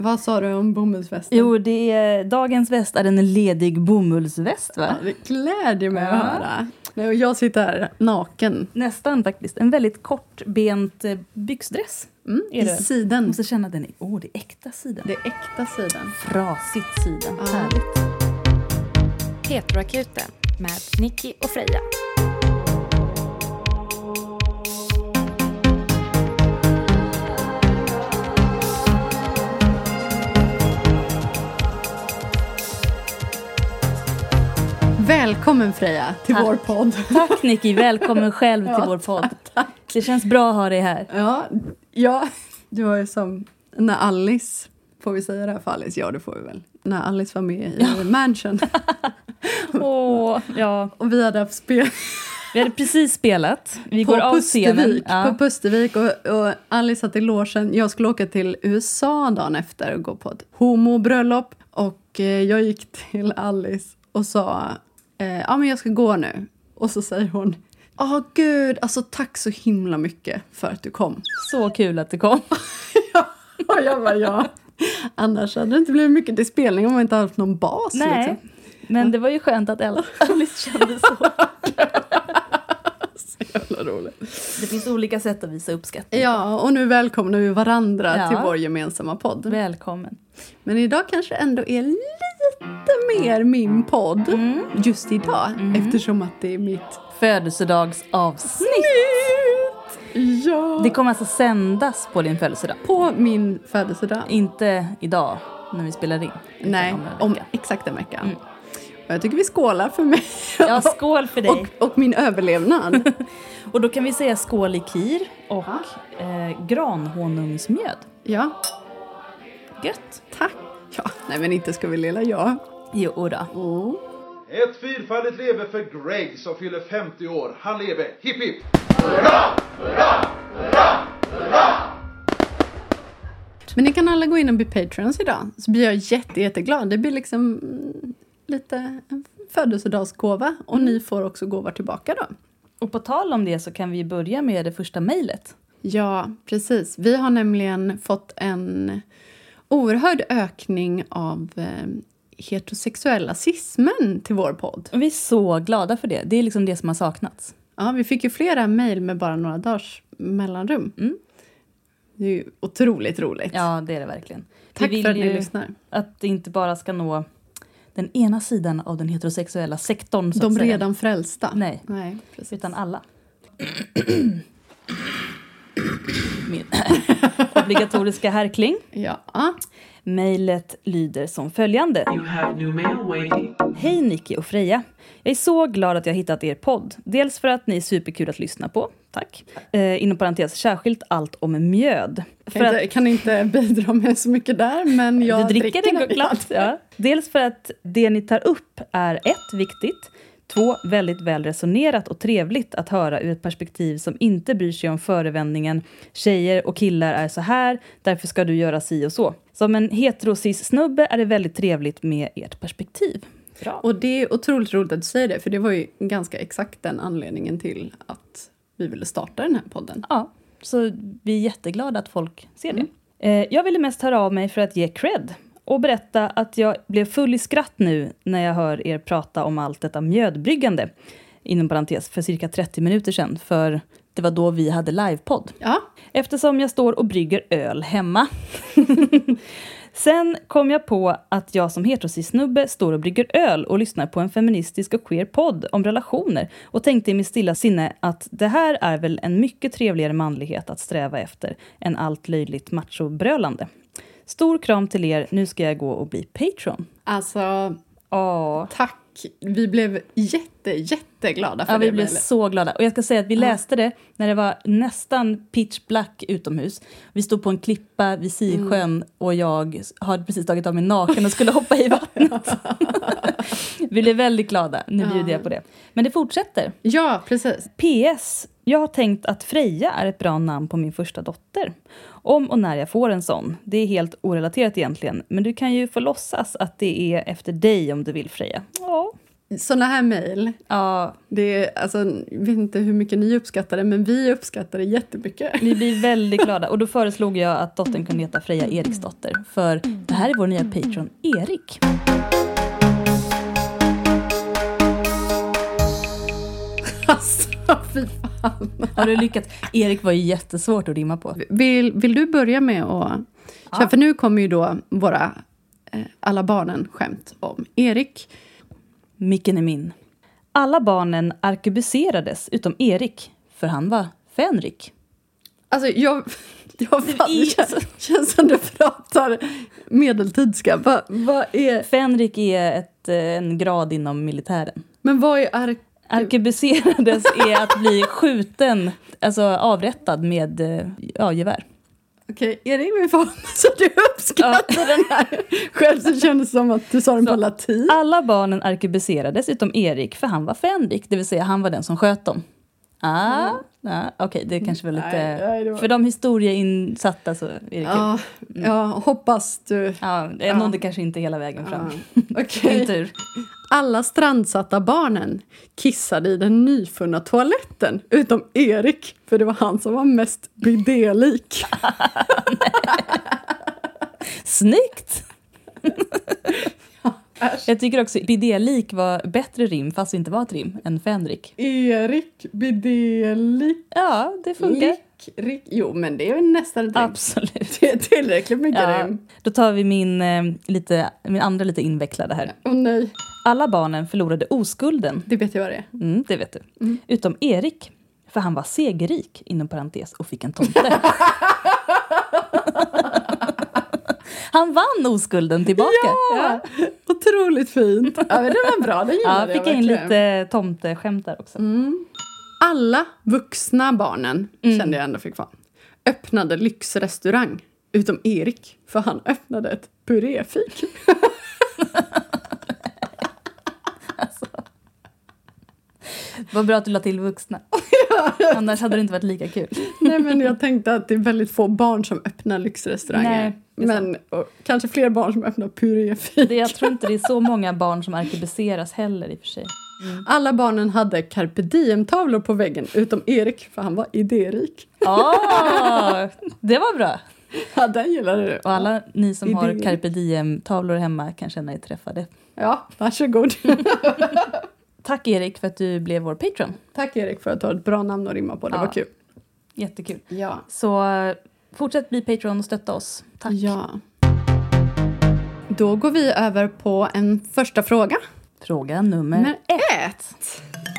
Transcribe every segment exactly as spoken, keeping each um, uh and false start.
Vad sa du om bomullsvästen? Jo, det är, dagens väst är en ledig bomullsväst, va? Ja, det glädjer mig ja. att höra. Nej, och jag sitter här naken. Nästan faktiskt. En väldigt kortbent byxdress. Mm, är I det? siden. Jag måste känna att den är, åh, det är äkta siden. Det är äkta siden. Frasigt siden. Ja. Härligt. Petroakuten med Nicky och Freja. Välkommen Freja till Tack. vår podd. Tack Nicky, välkommen själv till Ja, vår podd. tack. Det känns bra att ha dig här. Ja, ja, du var ju som när Alice, får vi säga det här för Alice? Ja, det får vi väl. När Alice var med i ja. Mansion. Åh, ja. Och vi hade haft spel. Vi hade precis spelat. Vi på går av scenen. Pustervik, Ja. på Pustervik och, och Alice satt i logen. Jag skulle åka till U S A dagen efter och gå på ett homobröllop. Och eh, jag gick till Alice och sa, eh, ja men jag ska gå nu. Och så säger hon, åh gud, alltså tack så himla mycket för att du kom. Så kul att du kom. Ja, och jag bara, ja. Annars hade det inte blivit mycket till spelning om man inte haft någon bas. Nej, liksom. men det var ju skönt att Alice kände så. Så jävla roligt. Det finns olika sätt att visa uppskattning. Ja, och nu välkomnar vi varandra Ja. till vår gemensamma podd. Välkommen. Men idag kanske ändå är lite mer min podd. Mm. Just idag. Mm. Eftersom att det är mitt Födelsedagsavsnitt. Ja. Det kommer alltså sändas på din födelsedag. På min födelsedag. Inte idag när vi spelar in. utan Nej, om en om vecka. exakt en vecka. Mm. Och jag tycker vi skålar för mig. Ja, skål för dig. och, och min överlevnad. Och då kan vi säga skål i kir och eh, granhonungsmjöd. Ja, Gött. tack. Ja, nej men inte ska vi lilla jag. Jo då. Oh. Ett fyrfaldigt leve för Greg som fyller femtio år. Han lever. Hipp hipp! Men ni kan alla gå in och bli patrons idag. Så blir jag jätte, jätteglad. Det blir liksom mm, lite en födelsedagsgåva. Och ni får också gåvar tillbaka då. Och på tal om det så kan vi börja med det första mejlet. Ja, precis. Vi har nämligen fått en oerhörd ökning av eh, heterosexuella cismen till vår podd. Och vi är så glada för det. Det är liksom det som har saknats. Ja, vi fick ju flera mejl med bara några dagars mellanrum. Mm. Det är ju otroligt roligt. Ja, det är det verkligen. Tack vi vill för att ni ju lyssnar. att det inte bara ska nå den ena sidan av den heterosexuella sektorn. Så De att säga. redan frälsta. Nej, Nej, precis. utan alla. Min obligatoriska härkling. Ja. Mejlet lyder som följande. You have new mail waiting. Hej Nicky och Freja. Jag är så glad att jag har hittat er podd. Dels för att ni är superkul att lyssna på. Tack. Eh, inom parentes, särskilt allt om mjöd. Kan, För inte, att, kan inte bidra med så mycket där, men jag du dricker det det. klart. Ja. Dels för att det ni tar upp är ett, viktigt. Två, väldigt väl resonerat och trevligt att höra ur ett perspektiv som inte bryr sig om förevändningen. Tjejer och killar är så här, därför ska du göra si och så. Som en heterosis-snubbe är det väldigt trevligt med ert perspektiv. Bra. Och det är otroligt roligt att du säger det, för det var ju ganska exakt den anledningen till att vi ville starta den här podden. Ja, så vi är jätteglada att folk ser det. Mm. Jag ville mest höra av mig för att ge cred och berätta att jag blev full i skratt nu när jag hör er prata om allt detta mjödbryggande. Inom parentes, för cirka trettio minuter sedan, för det var då vi hade livepodd. Ja. Eftersom jag står och brygger öl hemma. Sen kom jag på att jag som heterosis-snubbe står och brygger öl och lyssnar på en feministisk och queer podd om relationer. Och tänkte i mitt stilla sinne att det här är väl en mycket trevligare manlighet att sträva efter än allt löjligt machobrölande. Stor kram till er, nu ska jag gå och bli Patreon. Alltså, Åh. tack. Vi blev jätte, jätteglada för Ja, det. vi blev mejlet. så glada. Och jag ska säga att vi Ja. läste det när det var nästan pitch black utomhus. Vi stod på en klippa vid Sisjön mm. och jag hade precis tagit av mig naken och skulle hoppa i vattnet. Vi blev väldigt glada. Nu bjuder jag på det. Men det fortsätter. Ja, precis. P S. Jag har tänkt att Freja är ett bra namn på min första dotter. Om och när jag får en sån. Det är helt orelaterat egentligen. Men du kan ju få låtsas att det är efter dig om du vill, Freja. Ja. såna här mejl, Ja, det är, alltså, jag vet inte hur mycket ni uppskattar det, men vi uppskattar det jättemycket. vi blir väldigt glada. Och då föreslog jag att dottern kunde heta Freja Eriksdotter. För det här är vår nya patron Erik. Alltså, fy fan. Har du lyckats? Erik var ju jättesvårt att rimma på. Vill, vill du börja med att... Ja. För nu kommer ju då våra eh, alla barnen skämt om Erik. Micken är min. Alla barnen arkebuserades utom Erik, för han var fänrik. Alltså, jag... jag fan, I- det känns, känns som du pratar medeltidska. Vad vad är... Fänrik är ett, eh, en grad inom militären. Men vad är ark... Arkebuserades är att bli skjuten, alltså avrättad med eh, ja, gevär. Okej, Erik, min fan, så du uppskattar den här. Själv så kändes det som att du sa den Så, på latin. Alla barnen arkebuserades utom Erik, för han var fänrik, det vill säga han var den som sköt dem. Ah, ah, okej, okay, det kanske var lite... Nej, nej, det var- För de historieinsatta så är det kul. Ja, ja, hoppas du... Ja, jag Ja. nådde kanske inte hela vägen fram. Ja, Din okej. tur. Alla strandsatta barnen kissade i den nyfunna toaletten, utom Erik, för det var han som var mest bidélik. Snyggt! Jag tycker också bidélik var bättre rim, fast det inte var ett rim, än fänrik. Erik bidélik. Ja, det funkar. Lik, rik. Jo, men det är ju nästan ett rim. Absolut. Det är tillräckligt mycket Ja, rim. då tar vi min, eh, lite, min andra lite invecklade här. Åh nej, Alla barnen förlorade oskulden. det vet jag vad det är. Mm, det vet du. Utom Erik, för han var segerrik, inom parentes, och fick en tomte. Han vann oskulden tillbaka. Ja, otroligt fint. Ja, men det var bra, det Ja, gillade fick jag jag in verkligen. lite tomteskämt där också. Alla vuxna barnen, Mm. kände jag ändå fick vara, öppnade lyxrestaurang. Utom Erik, för han öppnade ett puréfik. Vad bra att du la till vuxna. Annars hade det inte varit lika kul. Nej, men jag tänkte att det är väldigt få barn som öppnar lyxrestauranger. Nej, det är men och, kanske fler barn som öppnar puréfik. Det, jag tror inte det är så många barn som arkebuseras heller i och för sig. Alla barnen hade carpe diem-tavlor på väggen, utom Erik, för han var idérik. Ah, det var bra. Ja, den gillade du. Och alla ni som har Idé. carpe diem-tavlor hemma kan känna er träffade. Ja, varsågod. Tack Erik för att du blev vår patron. Tack Erik för att du har ett bra namn att rimma på. Det Ja. var kul. Jättekul. Ja. Så eh, fortsätt bli patron och stötta oss. Tack. Ja. Då går vi över på en första fråga. Fråga nummer Nummer ett.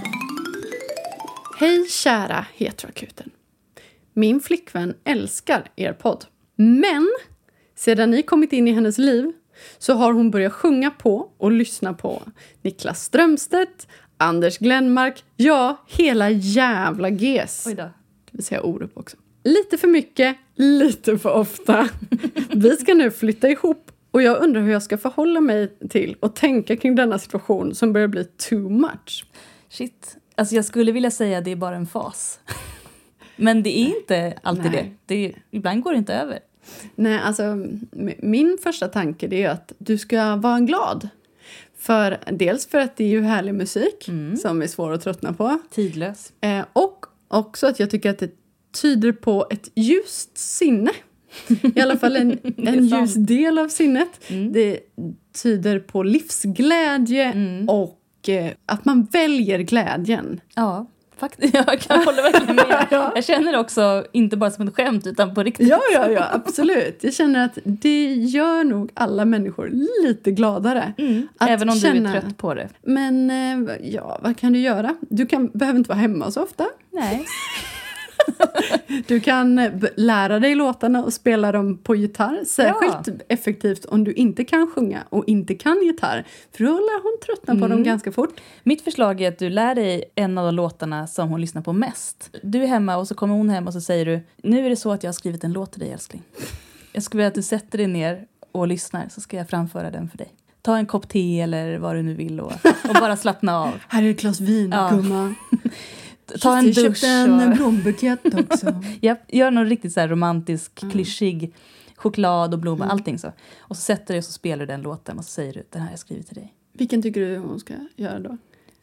Hej kära heteroakuten. Min flickvän älskar er podd. Men sedan ni kommit in i hennes liv så har hon börjat sjunga på och lyssna på Niklas Strömstedt, Anders Glenmark, ja, hela jävla ges. Oj då. Det vill säga Orup också. Lite för mycket, lite för ofta. Vi ska nu flytta ihop och jag undrar hur jag ska förhålla mig till och tänka kring denna situation som börjar bli too much. Shit. Alltså jag skulle vilja säga att det är bara en fas. Men det är inte alltid Nej. det. det är, ibland går det inte över. Nej, alltså m- min första tanke det är att du ska vara glad. För dels för att det är ju härlig musik som är svår att tröttna på. Tidlös. Eh, och också att jag tycker att det tyder på ett ljust sinne. I alla fall en, en ljus del av sinnet. Det tyder på livsglädje och eh, att man väljer glädjen. Ja, faktiskt. Jag kan hålla verkligen med. Ja. Jag känner också, inte bara som ett skämt, utan på riktigt. Ja, ja, ja, absolut. Jag känner att det gör nog alla människor lite gladare. Att Även om känna, du är trött på det. Men eh, ja, vad kan du göra? Du kan, behöver inte vara hemma så ofta. Nej. Du kan eh, b- lära dig låtarna och spela dem på gitarr. Särskilt Ja. effektivt om du inte kan sjunga och inte kan gitarr. För då lär hon tröttna på dem ganska fort. Mitt förslag är att du lär dig en av de låtarna som hon lyssnar på mest. Du är hemma och så kommer hon hem och så säger du: nu är det så att jag har skrivit en låt till dig, älskling. Jag skulle vilja att du sätter dig ner och lyssnar, så ska jag framföra den för dig. Ta en kopp te eller vad du nu vill och, och bara slappna av. Här är ett glas vin, Ja. gumma. Ta en Jag dusch. köpte en Och, blombukett också. ja, gör någon riktigt så här romantisk, klyschig choklad och blomma, allting så. Och så sätter du dig och så spelar du den låten och så säger du: den här har jag skrivit till dig. Vilken tycker du hon ska göra då?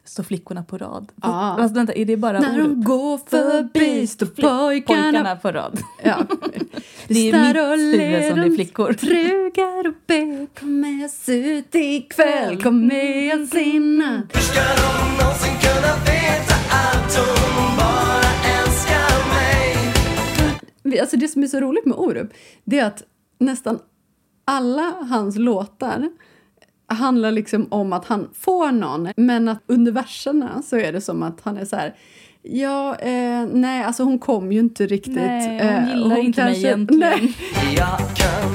står flickorna på rad. Ja. Alltså, vänta, är det bara När ord? de går förbi står pojkarna, Pojkarna på rad. Ja. Det är mitt huvud som det är flickor. Trugar och ber, kom med oss ut ikväll, kom med oss innan. Hur ska de någonsin kunna veta att hon bara älskar mig? Alltså det som är så roligt med Orup, det är att nästan alla hans låtar handlar liksom om att han får någon, men att under verserna så är det som att han är så här: ja, eh, nej, alltså hon kom ju inte riktigt. Nej, hon gillar eh, hon inte kanske, mig egentligen. Nej. Jag kan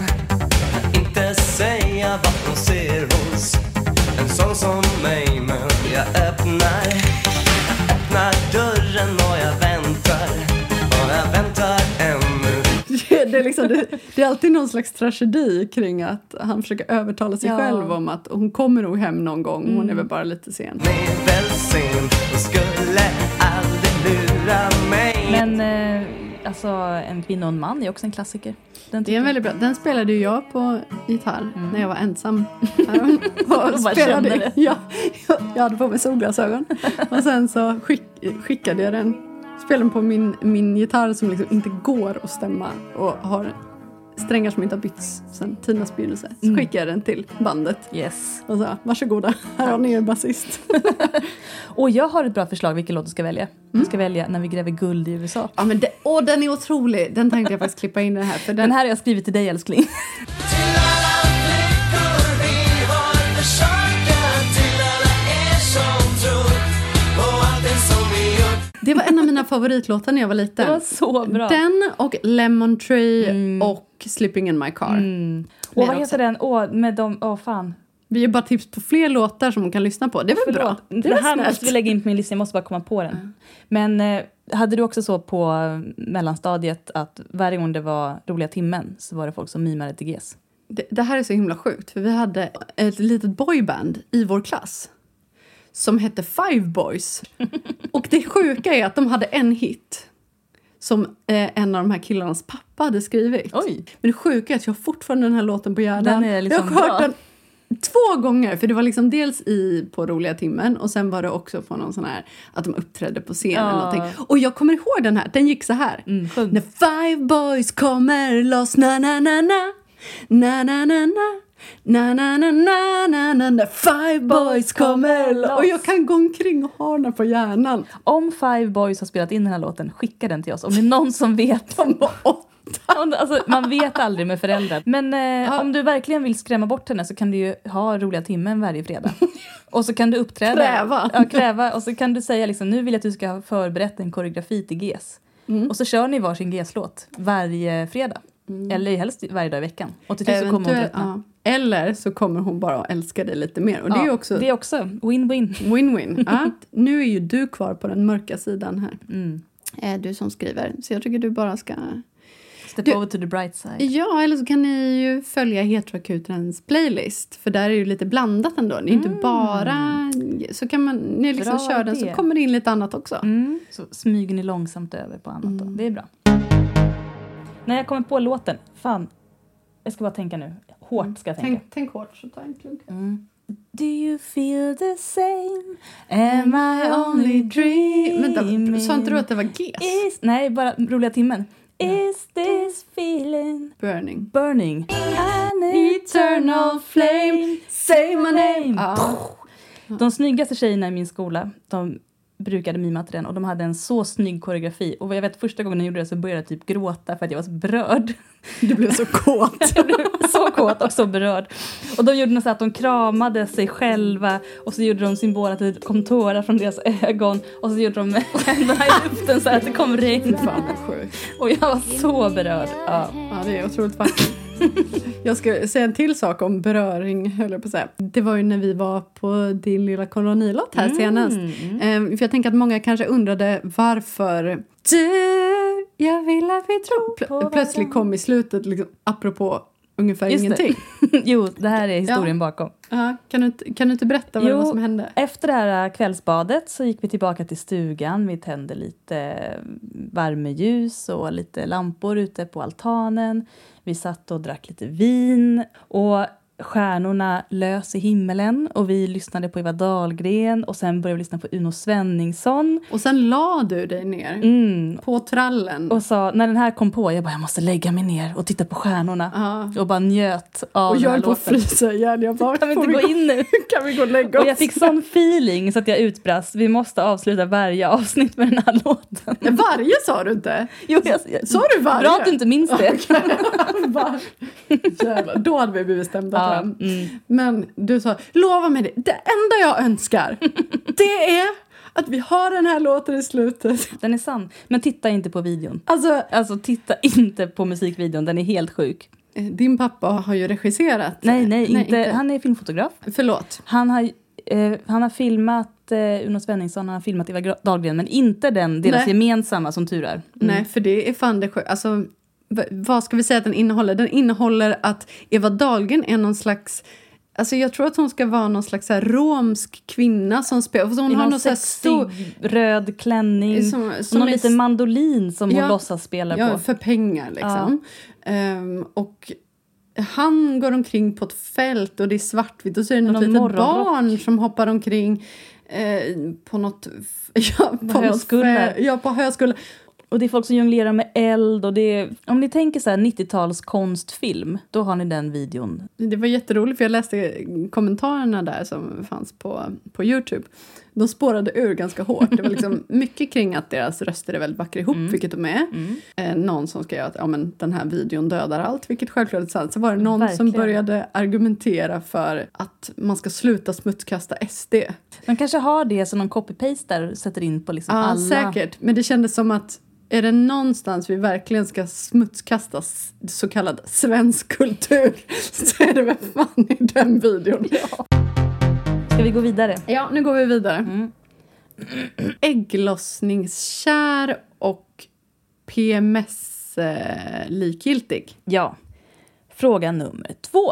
inte säga vad hon ser hos en sån som mig, men jag öppnar, öppnar dörren och jag väntar, och jag väntar ännu. Det är, liksom, det, det är alltid någon slags tragedi kring att han försöker övertala sig Ja. själv om att hon kommer nog hem någon gång, hon mm. är väl bara lite sen. Ni är väl sen och skulle aldrig lura mig. Men eh, alltså En kvinna och en man är också en klassiker. Den Det är en väldigt bra. Den spelade ju jag på gitarr Mm. när jag var ensam. och bara spelade, kände det. ja, jag hade på mig solglasögon. Och sen så skick, skickade jag den. Spelade den på min, min gitarr som liksom inte går att stämma. Och har strängar som inte har bytts sedan tidernas begynnelse. Så Mm. skickade jag den till bandet. Yes. Och sa, varsågoda, här har ni en basist. Och jag har ett bra förslag vilken låt du ska välja. Du ska välja När vi gräver guld i U S A. Ja, men det, åh, den är otrolig. Den tänkte jag faktiskt klippa in den här. För den, Den här har jag skrivit till dig, älskling. Till alla flickor vi har försökt, till alla er som tror på allt det som vi gjort. det var en av mina favoritlåtar när jag var liten. Det var så bra. Den och Lemon Tree Mm. och Sleeping in my car. Mm. Och Med vad också. heter den? Åh, med dem, åh fan. Vi ger bara tips på fler låtar som hon kan lyssna på. Det var bra. Det, Det var här snällt. måste vi lägga in på min lista, jag måste bara komma på den. Mm. Men eh, hade du också så på mellanstadiet att varje gång det var roliga timmen så var det folk som mimade till G S? Det, det här är så himla sjukt. För vi hade ett litet boyband i vår klass. Som hette Five Boys. Och det sjuka är att de hade en hit. Som eh, en av de här killarnas pappa hade skrivit. Oj. Men det sjuka är att jag har fortfarande den här låten på hjärnan. Den är liksom jag har hört bra. den två gånger. För det var liksom dels i på roliga timmen. Och sen var det också på någon sån här. Att de uppträdde på scen eller Ja. någonting. Och jag kommer ihåg den här. Den gick så här. Mm, sjung. När five boys kommer loss. Na na na na. Na na na na. Na na na na na na. När five boys kommer loss. Och jag kan gå omkring och ha den på hjärnan. Om Five Boys har spelat in den här låten, skicka den till oss. Om det är någon som vet. De var åtta. Om- Alltså, man vet aldrig med föräldrar. Men eh, om du verkligen vill skrämma bort henne så kan du ju ha roliga timmen varje fredag. Och så kan du uppträda. Kräva. Ja, kräva. Och så kan du säga liksom, nu vill jag att du ska ha förberett en koreografi till G S. Mm. Och så kör ni varsin G S-låt varje fredag. Eller helst varje dag i veckan. Och till slut så kommer hon Eventuellt, tröttna. ja. Eller så kommer hon bara att älska dig lite mer. Och det är ju också det är också win-win. win-win. Att nu är ju du kvar på den mörka sidan här. Mm. Eh, Du som skriver. Så jag tycker du bara ska... Step Du- over to the bright side. Ja, eller så kan ni ju följa Heteroakutens playlist. För där är ju lite blandat ändå. Det är inte bara... Så kan man... Ni liksom Bra kör den idé. så kommer det in lite annat också. Mm. Så smyger ni långsamt över på annat då. Mm. Det är bra. När jag kommer på låten, fan, jag ska bara tänka nu. Hårt ska jag tänka. Tänk, tänk hårt så ta en klunk. Mm. Do you feel the same? Am I only dreaming? Vänta, sa inte du att det var G S? Is, nej, bara roliga timmen. Is this feeling Burning. burning? An Eternal flame, say my name. Ja. De snyggaste tjejerna i min skola, de brukade mima till den. Och de hade en så snygg koreografi. Och jag vet första gången jag gjorde det så började jag typ gråta för att jag var så berörd. Du blev så kåt. Jag blev så kåt och så berörd. Och de gjorde något så att de kramade sig själva. Och så gjorde de symbol att det kom tårar från deras ögon. Och så gjorde de händerna i luften så att det kom regn. Fan vad sjukt. Och jag var så berörd. Ja. Ja, det är otroligt vackert. Jag ska säga en till sak om beröring, höll jag på att säga. Det var ju när vi var på din lilla kolonilott här senast. mm. Ehm, för jag tänker att många kanske undrade varför du, jag vill att vi tror. på Plö- plötsligt kom i slutet, liksom, apropå ungefär Just det. ingenting. Jo, det här är historien bakom. Ja, kan, du inte, kan du inte berätta vad det Jo. var som hände? Efter det här kvällsbadet så gick vi tillbaka till stugan. Vi tände lite värmeljus och lite lampor ute på altanen. Vi satt och drack lite vin. Och stjärnorna lös i himmelen och vi lyssnade på Eva Dahlgren och sen började vi lyssna på Uno Svenningsson. Och sen la du dig ner Mm. på trallen. Och sa, när den här kom på, jag bara, jag måste lägga mig ner och titta på stjärnorna. Ja. Och bara njöt av Och den jag här höll på att låten. frysa igen. Jag bara, Kan vi får inte gå in nu? Kan vi gå och lägga oss? Och jag fick sån feeling så att jag utbrast, vi måste avsluta varje avsnitt med den här låten. Varje sa du inte? Jo, jag, jag, Sa du varje? Bra att du inte minns det. Var... Jävlar, då hade vi blivit stämda Ja, fram. mm. Men du sa, lova mig det. Det enda jag önskar, det är att vi har den här låten i slutet. Den är sann. Men titta inte på videon. Alltså, Alltså titta inte på musikvideon, den är helt sjuk. din pappa har ju regisserat. Nej, nej, inte. Han är filmfotograf. Förlåt. Han har, eh, han har filmat eh, Uno Svenningsson, han har filmat Eva Dahlgren, men inte den, deras Nej. gemensamma som tur är. Mm. Nej, för det är fan det sjukt. Alltså, v- vad ska vi säga att den innehåller? Den innehåller att Eva Dahlgren är någon slags... Alltså jag tror att hon ska vara någon slags så här romsk kvinna som spelar. Hon I har någon någon så här sexig stor... röd klänning. Som- och som någon är- liten mandolin som hon Ja, låtsas spela Ja, på. för pengar liksom. Ehm, och han går omkring på ett fält och det är svartvitt och så är det något Någon litet morgonrock. barn som hoppar omkring eh, på något... Ja, på något höskullar. fä- Ja, på höskullar. Och det är folk som jonglerar med eld. Och det är, om ni tänker så här nittio-tals konstfilm, då har ni den videon. Det var jätteroligt för jag läste kommentarerna där som fanns på, på YouTube. De spårade ur ganska hårt. Det var liksom mycket kring att deras röster är väldigt vackra ihop, Mm. vilket de är. Mm. Eh, någon som ska göra att ja, men den här videon dödar allt, vilket självklart är sant. Så var det någon Verkligen. som började argumentera för att man ska sluta smutskasta S D. De kanske har det som någon copy-paster sätter in på liksom Ja, alla. säkert. Men det kändes som att är det någonstans vi verkligen ska smutskasta s- så kallad svensk kultur så är det väl fan i den videon. Ja, Ska vi gå vidare? ja nu går vi vidare. Mm. Ägglossningskär och P M S-likgiltig. Ja. Fråga nummer två.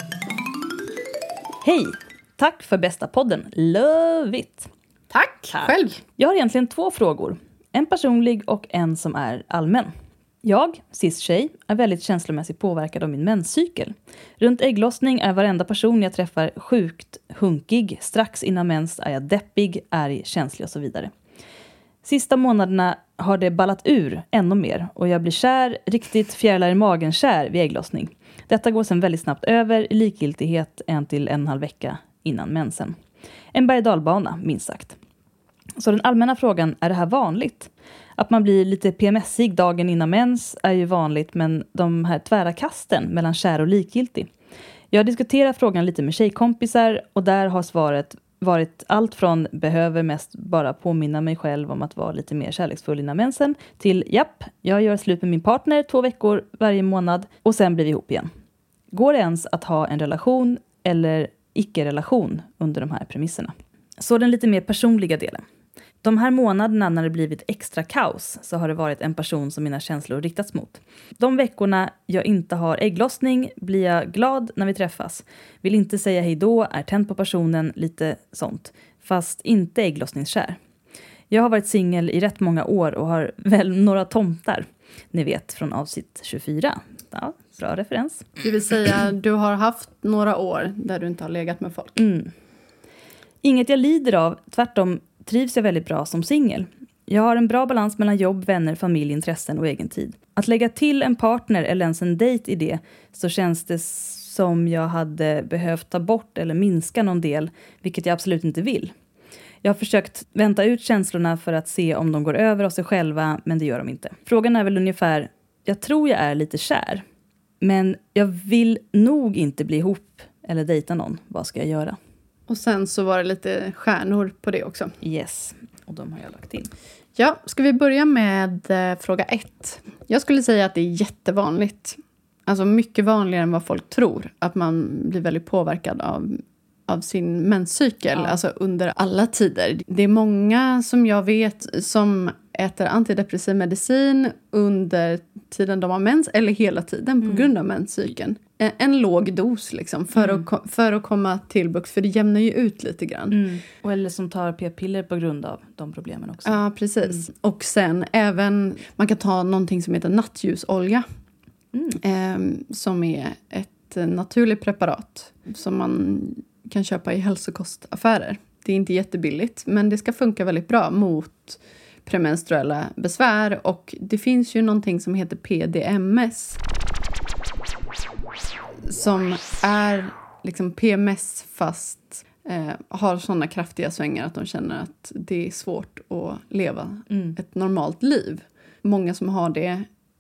Hej! Tack för bästa podden. Love it! Tack. Tack. Själv. Jag har egentligen två frågor. En personlig och en som är allmän. Jag, cis-tjej, är väldigt känslomässigt påverkad av min menscykel. Runt ägglossning är varenda person jag träffar sjukt hunkig. Strax innan mens är jag deppig, arg, känslig och så vidare. Sista månaderna har det ballat ur ännu mer och jag blir kär, riktigt fjärilar i magen kär vid ägglossning. Detta går sedan väldigt snabbt över i likgiltighet en till en och en halv vecka innan mensen. En berg- och dalbana, minst sagt. Så den allmänna frågan, är det här vanligt? Att man blir lite P M S-ig dagen innan mens är ju vanligt, men de här tvära kasten mellan kär och likgiltig. Jag har diskuterat frågan lite med tjejkompisar och där har svaret varit allt från behöver mest bara påminna mig själv om att vara lite mer kärleksfull innan mensen till japp, jag gör slut med min partner två veckor varje månad och sen blir vi ihop igen. Går det ens att ha en relation eller icke-relation under de här premisserna? Så den lite mer personliga delen. De här månaderna när det blivit extra kaos så har det varit en person som mina känslor riktats mot. De veckorna jag inte har ägglossning blir jag glad när vi träffas. Vill inte säga hej då, är tänd på personen, lite sånt. Fast inte ägglossningskär. Jag har varit singel i rätt många år och har väl några tomtar. Ni vet från avsnitt tjugofyra. Ja, bra referens. Det vill säga du har haft några år där du inte har legat med folk. Mm. Inget jag lider av, tvärtom trivs jag väldigt bra som singel. Jag har en bra balans mellan jobb, vänner, familj, intressen och egen tid. Att lägga till en partner eller ens en dejt i det så känns det som jag hade behövt ta bort eller minska någon del, vilket jag absolut inte vill. Jag har försökt vänta ut känslorna för att se om de går över av sig själva, men det gör de inte. Frågan är väl ungefär, jag tror jag är lite kär. Men jag vill nog inte bli ihop eller dejta någon. Vad ska jag göra? Och sen så var det lite stjärnor på det också. Yes, och de har jag lagt in. Ja, ska vi börja med eh, fråga ett. Jag skulle säga att det är jättevanligt. Alltså mycket vanligare än vad folk tror. Att man blir väldigt påverkad av, av sin menscykel. Ja. Alltså under alla tider. Det är många som jag vet som äter antidepressiv medicin under tiden de har mens. Eller hela tiden på Mm. grund av menscykeln. En, en låg dos liksom. För, Mm. att, ko- för att komma till bukt. För det jämnar ju ut lite grann. Mm. Och eller som tar p-piller på grund av de problemen också. Ja, precis. Och sen även, man kan ta någonting som heter nattljusolja. Mm. Eh, som är ett ett naturligt preparat som man kan köpa i hälsokostaffärer. Det är inte jättebilligt, men det ska funka väldigt bra mot premenstruella besvär. Och det finns ju någonting som heter P D M S. Som är liksom P M S fast eh, har sådana kraftiga svängar att de känner att det är svårt att leva mm. ett normalt liv. Många som har det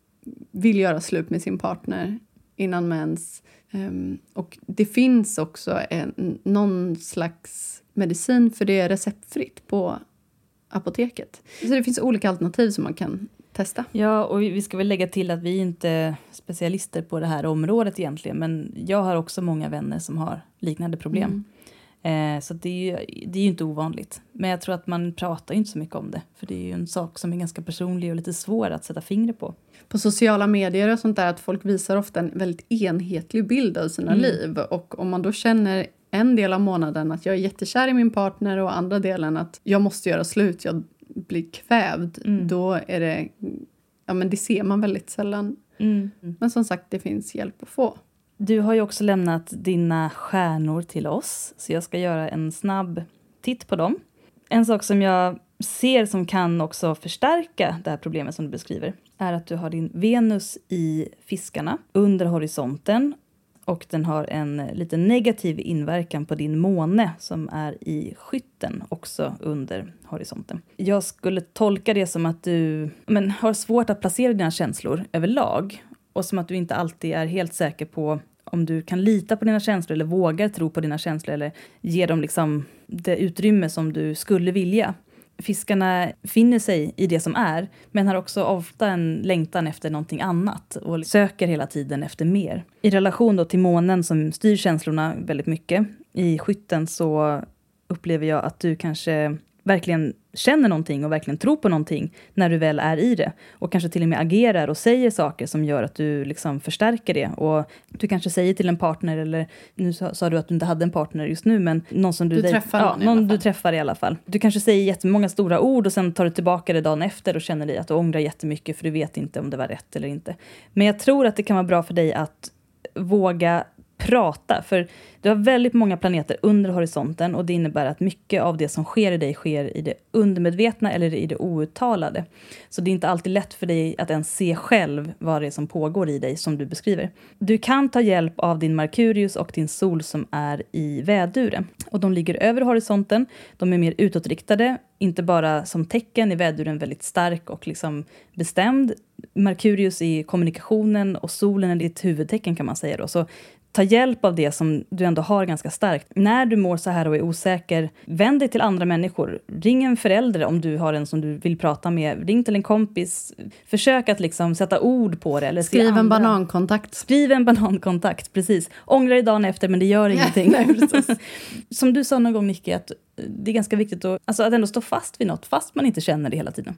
vill göra slut med sin partner innan mens. Um, och det finns också en, någon slags medicin för det är receptfritt på apoteket. Så det finns olika alternativ som man kan testa. Ja, och vi ska väl lägga till att vi inte är specialister på det här området egentligen. Men jag har också många vänner som har liknande problem. Mm. Eh, så det är, ju, det är ju inte ovanligt. Men jag tror att man pratar inte så mycket om det. För det är ju en sak som är ganska personlig och lite svår att sätta fingret på. På sociala medier och sånt där att folk visar ofta en väldigt enhetlig bild av sina mm. liv. Och om man då känner en del av månaden att jag är jättekär i min partner och andra delen att jag måste göra slut, jag blir kvävd. Mm. Då är det, ja men det ser man väldigt sällan. Mm. Men som sagt, det finns hjälp att få. Du har ju också lämnat dina stjärnor till oss. Så jag ska göra en snabb titt på dem. En sak som jag ser som kan också förstärka det här problemet som du beskriver är att du har din Venus i fiskarna under horisonten. Och den har en lite negativ inverkan på din måne som är i skytten också under horisonten. Jag skulle tolka det som att du men, har svårt att placera dina känslor överlag. Och som att du inte alltid är helt säker på om du kan lita på dina känslor eller vågar tro på dina känslor eller ge dem liksom det utrymme som du skulle vilja. Fiskarna finner sig i det som är men har också ofta en längtan efter någonting annat och söker hela tiden efter mer. I relation då till månen som styr känslorna väldigt mycket i skytten så upplever jag att du kanske verkligen känner någonting och verkligen tror på någonting när du väl är i det. Och kanske till och med agerar och säger saker som gör att du liksom förstärker det. Och du kanske säger till en partner, eller nu sa, sa du att du inte hade en partner just nu, men någon som du, du dej- träffar ja, någon, någon du träffar i alla fall. Du kanske säger jättemånga stora ord och sen tar du tillbaka det dagen efter och känner dig att du ångrar jättemycket för du vet inte om det var rätt eller inte. Men jag tror att det kan vara bra för dig att våga prata, för du har väldigt många planeter under horisonten och det innebär att mycket av det som sker i dig sker i det undermedvetna eller i det outtalade. Så det är inte alltid lätt för dig att ens se själv vad det är som pågår i dig som du beskriver. Du kan ta hjälp av din Merkurius och din sol som är i väduren. Och de ligger över horisonten, de är mer utåtriktade, inte bara som tecken är väduren väldigt stark och liksom bestämd. Merkurius i kommunikationen och solen är ditt huvudtecken kan man säga då. Så ta hjälp av det som du ändå har ganska starkt. När du mår så här och är osäker, vänd dig till andra människor. Ring en förälder om du har en som du vill prata med. Ring till en kompis. Försök att liksom sätta ord på det. Eller Skriv en andra. banankontakt. Skriv en banankontakt, precis. Ångra dig dagen efter, men det gör ingenting. Nej, som du sa någon gång, Nicky, att det är ganska viktigt att, alltså, att ändå stå fast vid något, fast man inte känner det hela tiden.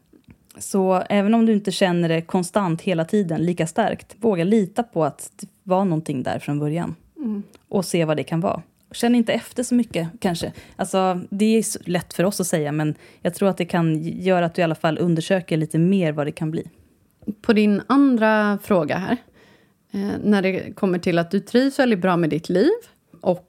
Så även om du inte känner det konstant hela tiden lika starkt, våga lita på att det var någonting där från början. Mm. Och se vad det kan vara. Känn inte efter så mycket kanske. Alltså, det är lätt för oss att säga, men jag tror att det kan göra att du i alla fall undersöker lite mer vad det kan bli. På din andra fråga här, eh, när det kommer till att du trivs väldigt bra med ditt liv och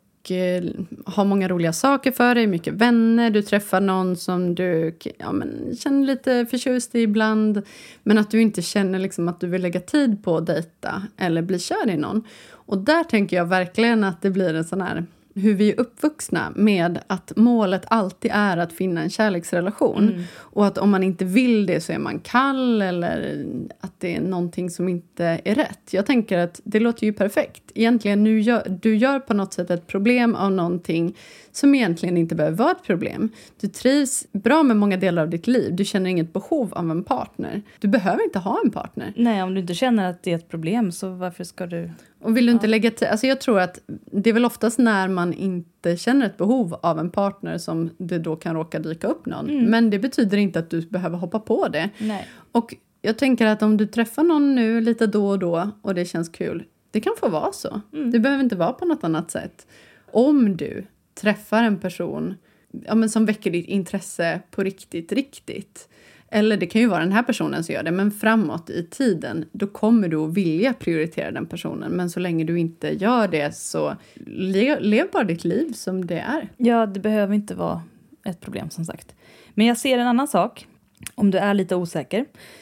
har många roliga saker för dig, mycket vänner, du träffar någon som du ja, men, känner lite förtjust i ibland, men att du inte känner liksom, att du vill lägga tid på att dejta eller bli kär i någon. Och där tänker jag verkligen att det blir en sån här, hur vi är uppvuxna med att målet alltid är att finna en kärleksrelation. Mm. Och att om man inte vill det så är man kall eller att det är någonting som inte är rätt. Jag tänker att det låter ju perfekt. Egentligen nu gör, du gör på något sätt ett problem av någonting som egentligen inte behöver vara ett problem. Du trivs bra med många delar av ditt liv. Du känner inget behov av en partner. Du behöver inte ha en partner. Nej, om du inte känner att det är ett problem så varför ska du... Och vill du inte ja. lägga till... Alltså jag tror att det är väl oftast när man inte känner ett behov av en partner som det då kan råka dyka upp någon. Mm. Men det betyder inte att du behöver hoppa på det. Nej. Och jag tänker att om du träffar någon nu lite då och då och det känns kul, det kan få vara så. Mm. Det behöver inte vara på något annat sätt. Om du träffar en person ja, men som väcker ditt intresse på riktigt, riktigt. Eller det kan ju vara den här personen som gör det. Men framåt i tiden, då kommer du att vilja prioritera den personen. Men så länge du inte gör det så le- lev bara ditt liv som det är. Ja, det behöver inte vara ett problem som sagt. Men jag ser en annan sak. Om du är lite osäker.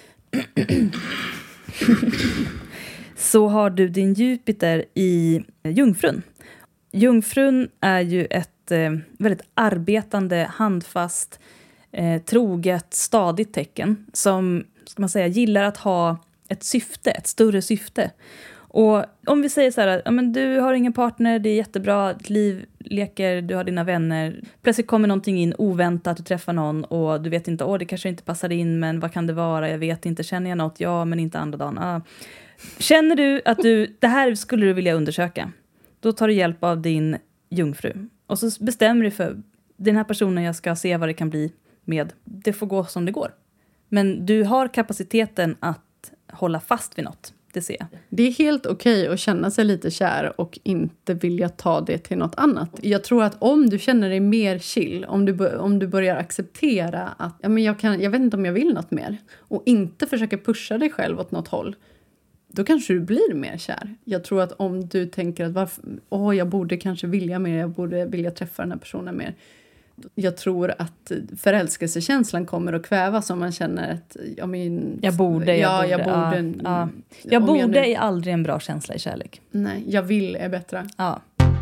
Så har du din Jupiter i Jungfrun. Jungfrun är ju ett eh, väldigt arbetande, handfast, eh, troget, stadigt tecken. Som, ska man säga, gillar att ha ett syfte, ett större syfte. Och om vi säger så här, ja, men du har ingen partner, det är jättebra, ditt liv leker, du har dina vänner. Plötsligt kommer någonting in oväntat, du träffar någon och du vet inte, åh det kanske inte passar in, men vad kan det vara, jag vet inte, känner jag något, ja men inte andra dagen. Ah. Känner du att du, det här skulle du vilja undersöka, då tar du hjälp av din jungfru. Och så bestämmer du för, den här personen jag ska se vad det kan bli med, det får gå som det går. Men du har kapaciteten att hålla fast vid något. Det ser jag. Det är helt okej att känna sig lite kär och inte vilja ta det till något annat. Jag tror att om du känner dig mer chill, om du, om du börjar acceptera att ja, men jag, kan, jag vet inte om jag vill något mer och inte försöker pusha dig själv åt något håll, då kanske du blir mer kär. Jag tror att om du tänker att varför, åh, jag borde kanske vilja mer, jag borde vilja träffa den här personen mer. Jag tror att förälskelsekänslan kommer att kvävas om man känner att jag, men, jag borde, jag ja, borde. Jag borde, ja, ja. Jag borde jag nu, är aldrig en bra känsla i kärlek. Nej, jag vill är bättre. Ja.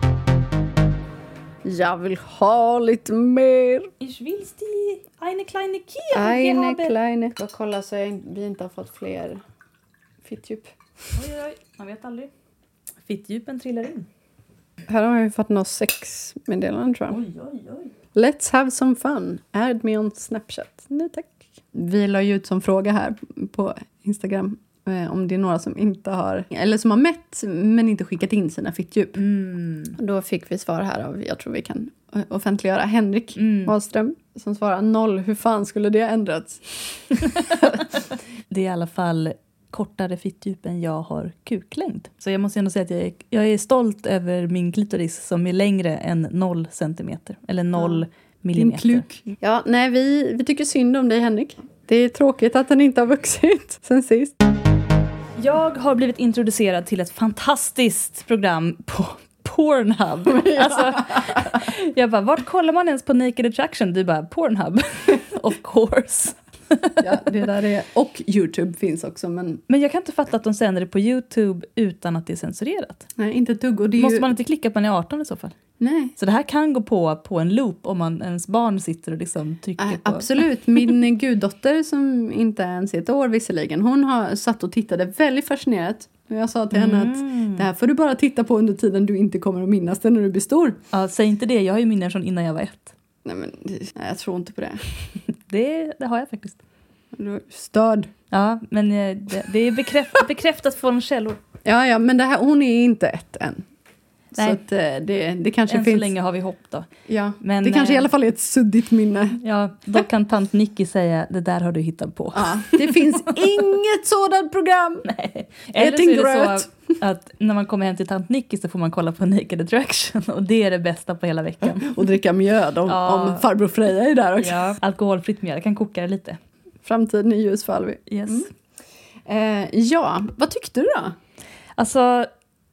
Jag vill ha lite mer. Ich willst die eine kleine Kirche Eine haben. kleine. Jag kollar så jag, vi inte har fått fler fittdjup. Oj, oj, man vet aldrig. Fittdjupen trillar in. Här har jag fått några sexmeddelanden tror jag. Oj, oj, oj. Let's have some fun. Add me on Snapchat. Nej tack. Vi la ju ut som fråga här på Instagram. Eh, om det är några som inte har, eller som har mätt men inte skickat in sina fittdjup. Mm. Då fick vi svar här av, jag tror vi kan offentliggöra, Henrik Mm. Wahlström. Som svarar noll. Hur fan skulle det ha ändrats? Det är i alla fall kortare fittdjup än jag har kuklängd. Så jag måste ändå säga att jag är, jag är stolt över min klitoris som är längre än noll centimeter. Eller noll Ja. millimeter. Din kluk. Ja, nej vi, vi tycker synd om dig Henrik. Det är tråkigt att den inte har vuxit sen sist. Jag har blivit introducerad till ett fantastiskt program på Pornhub. Alltså, jag bara, vart kollar man ens på Naked Attraction? Du bara, Pornhub. Of course. Ja, det där är, och YouTube finns också. Men, Men jag kan inte fatta att de sänder det på YouTube utan att det är censurerat. nej, inte ett dugg. Och det är Måste ju, man inte klicka på när jag är arton i så fall? nej. Så det här kan gå på på en loop om man, ens barn sitter och liksom trycker Äh, på. absolut. Min guddotter som inte är ens ett år visserligen. Hon har satt och tittade väldigt fascinerat. Och jag sa till henne Mm. att det här får du bara titta på under tiden du inte kommer att minnas det när du blir stor. Ja, säg inte det. Jag har ju minnen från innan jag var ett. Nej, men nej, jag tror inte på det. Det, det har jag faktiskt. Du är störd. Ja, men eh, det, det är bekräft, bekräftat från källor. Ja, ja, men det här, hon är inte ett än. Nej. Så att eh, det, det kanske Än finns. så länge har vi hopp då. Ja, Men, det kanske i eh, alla fall är ett suddigt minne. Ja, då kan tant Nicky säga, det där har du hittat på. Ja, det finns inget sådant program. Nej. Eller Ät så en är det gröt. så att när man kommer hem till tant Nicky så får man kolla på Naked Attraction. Och det är det bästa på hela veckan. Och dricka mjöd om, Ja. om farbror Freja är där också. Ja, alkoholfritt mjöl, jag kan koka det lite. Framtiden är ljus för Alvi. Yes. Mm. Eh, ja, vad tyckte du då? Alltså,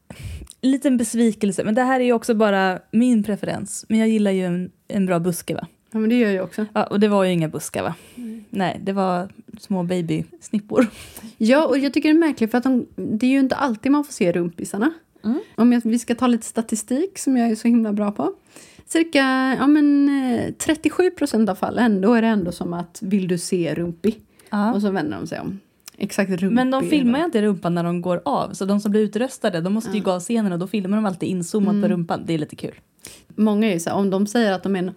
liten besvikelse. Men det här är ju också bara min preferens. Men jag gillar ju en, en bra buske, va? Ja, men det gör jag också. Ja, och det var ju inga buskar, va? Mm. Nej, det var små babysnippor. Ja, och jag tycker det är märkligt för att de, det är ju inte alltid man får se rumpisarna. Mm. Om jag, vi ska ta lite statistik som jag är så himla bra på. Cirka ja, men, eh, trettiosju procent av fallen, då är det ändå som att vill du se rumpi? Ja. Och så vänder de sig om. Exakt rumpi. Men de filmar ju inte rumpan när de går av. Så de som blir utröstade, de måste ju gå av scenen och då filmar de alltid inzoomat Mm. på rumpan. Det är lite kul. Många är ju så här, om de säger att de är en,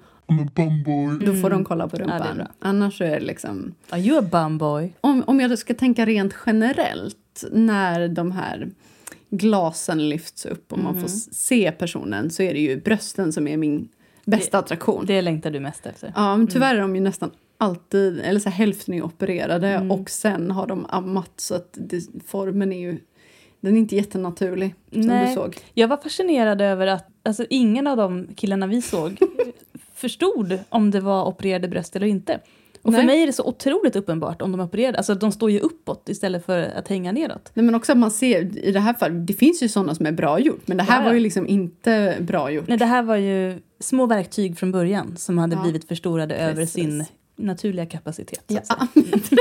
då får de kolla på Ja, det är rumpan. bra. Annars så är det liksom... Are you a bumboy? Om, om jag ska tänka rent generellt när de här glasen lyfts upp och man får se personen så är det ju brösten som är min bästa attraktion. Det längtar du mest efter. Ja, men tyvärr är de ju nästan alltid, eller så här, hälften är opererade Mm. och sen har de ammat så att det, formen är ju, den är inte jättenaturlig som Nej. du såg. Jag var fascinerad över att alltså, ingen av de killarna vi såg förstod om det var opererade bröst eller inte. Och Nej. för mig är det så otroligt uppenbart om de opererar. Alltså de står ju uppåt istället för att hänga neråt. Nej, men också att man ser i det här fallet, det finns ju sådana som är bra gjort. Men det här Ja, ja. var ju liksom inte bra gjort. Nej, det här var ju små verktyg från början som hade Ja. blivit förstorade över Precis. sin naturliga kapacitet. Så Ja. att säga.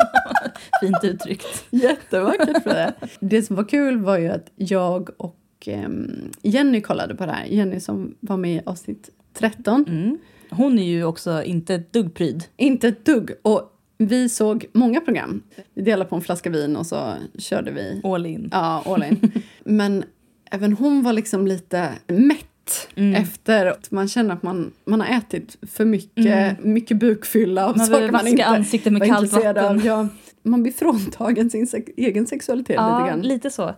Fint uttryckt. Jättevackert för det. Det som var kul var ju att jag och ehm, Jenny kollade på det här. Jenny som var med i avsnitt tretton. Mm. Hon är ju också inte ett dugg pryd. Inte ett dugg. Och vi såg många program. Vi delade på en flaska vin och så körde vi. All in. Ja, all in. Men även hon var liksom lite mätt. Mm. Efter att man känner att man, man har ätit för mycket, Mm. mycket bukfylla av Man saker behöver man vaska inte ansiktet med var kallt intresserad vatten. av. Ja, man blir fråntagen sin sex- egen sexualitet lite Ja, grann. lite så.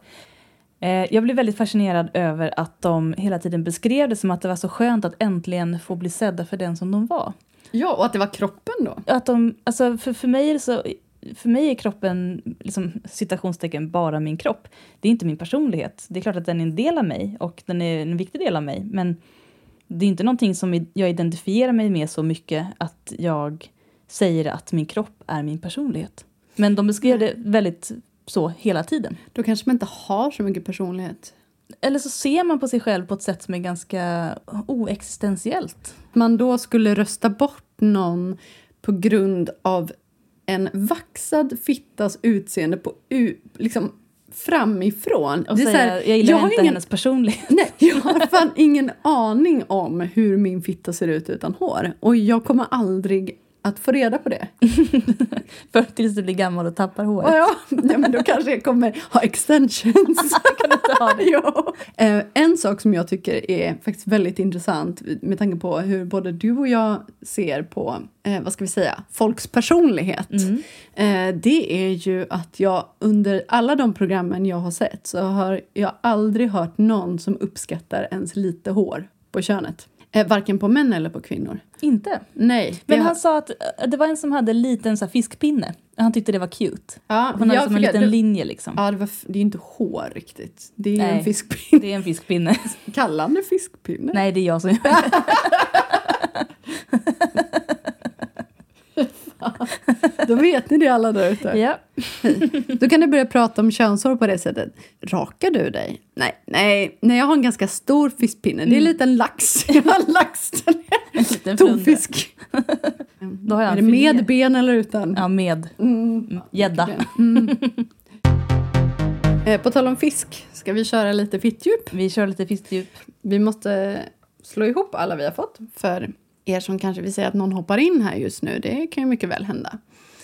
Eh, jag blev väldigt fascinerad över att de hela tiden beskrev det som att det var så skönt att äntligen få bli sedda för den som de var. Ja, och att det var kroppen då. Att de, alltså för, för, mig är det så, för mig är kroppen, liksom, citationstecken, bara min kropp. Det är inte min personlighet. Det är klart att den är en del av mig och den är en viktig del av mig. Men det är inte någonting som jag identifierar mig med så mycket att jag säger att min kropp är min personlighet. Men de beskrev det väldigt så hela tiden. Då kanske man inte har så mycket personlighet. Eller så ser man på sig själv på ett sätt som är ganska oexistentiellt. Man då skulle rösta bort någon på grund av en vaxad fittas utseende på u- liksom framifrån. Och Det är säga, så här, jag gillar jag har inte ingen, hennes personlighet. nej, jag har fan ingen aning om hur min fitta ser ut utan hår. Och jag kommer aldrig att få reda på det. För tills du blir gammal och tappar håret. Och ja, nej, men då kanske jag kommer ha extensions. Kan du inte ha det? Ja. Eh, en sak som jag tycker är faktiskt väldigt intressant med tanke på hur både du och jag ser på, eh, vad ska vi säga, folks personlighet. Mm. Eh, det är ju att jag under alla de programmen jag har sett så har jag aldrig hört någon som uppskattar ens lite hår på könet. Eh, varken på män eller på kvinnor. Inte. Nej. Men jag- han sa att äh, det var en som hade en liten så här, fiskpinne. Han tyckte det var cute. ja, Hon hade jag som en fick- liten det- linje liksom. Ja, det, var, f- det är ju inte hår riktigt. Det är ju Nej. en fiskpinne. Det är en fiskpinne. Kallar han det fiskpinne? Nej, det är jag som gör det. Då vet ni det alla där ute. Ja. Då kan du börja prata om könshår på det sättet. Rakar du dig? Nej, nej, nej, jag har en ganska stor fiskpinne. Det är en liten lax. Jag har lax. En liten flunder. Tonfisk. Då har jag Är en det med filé. ben eller utan? Ja, med. Mm. Gädda. Eh, På tal om fisk ska vi köra lite fittdjup. Vi kör lite fiskdjup. Vi måste slå ihop alla vi har fått. För er som kanske vill säga att någon hoppar in här just nu, det kan ju mycket väl hända.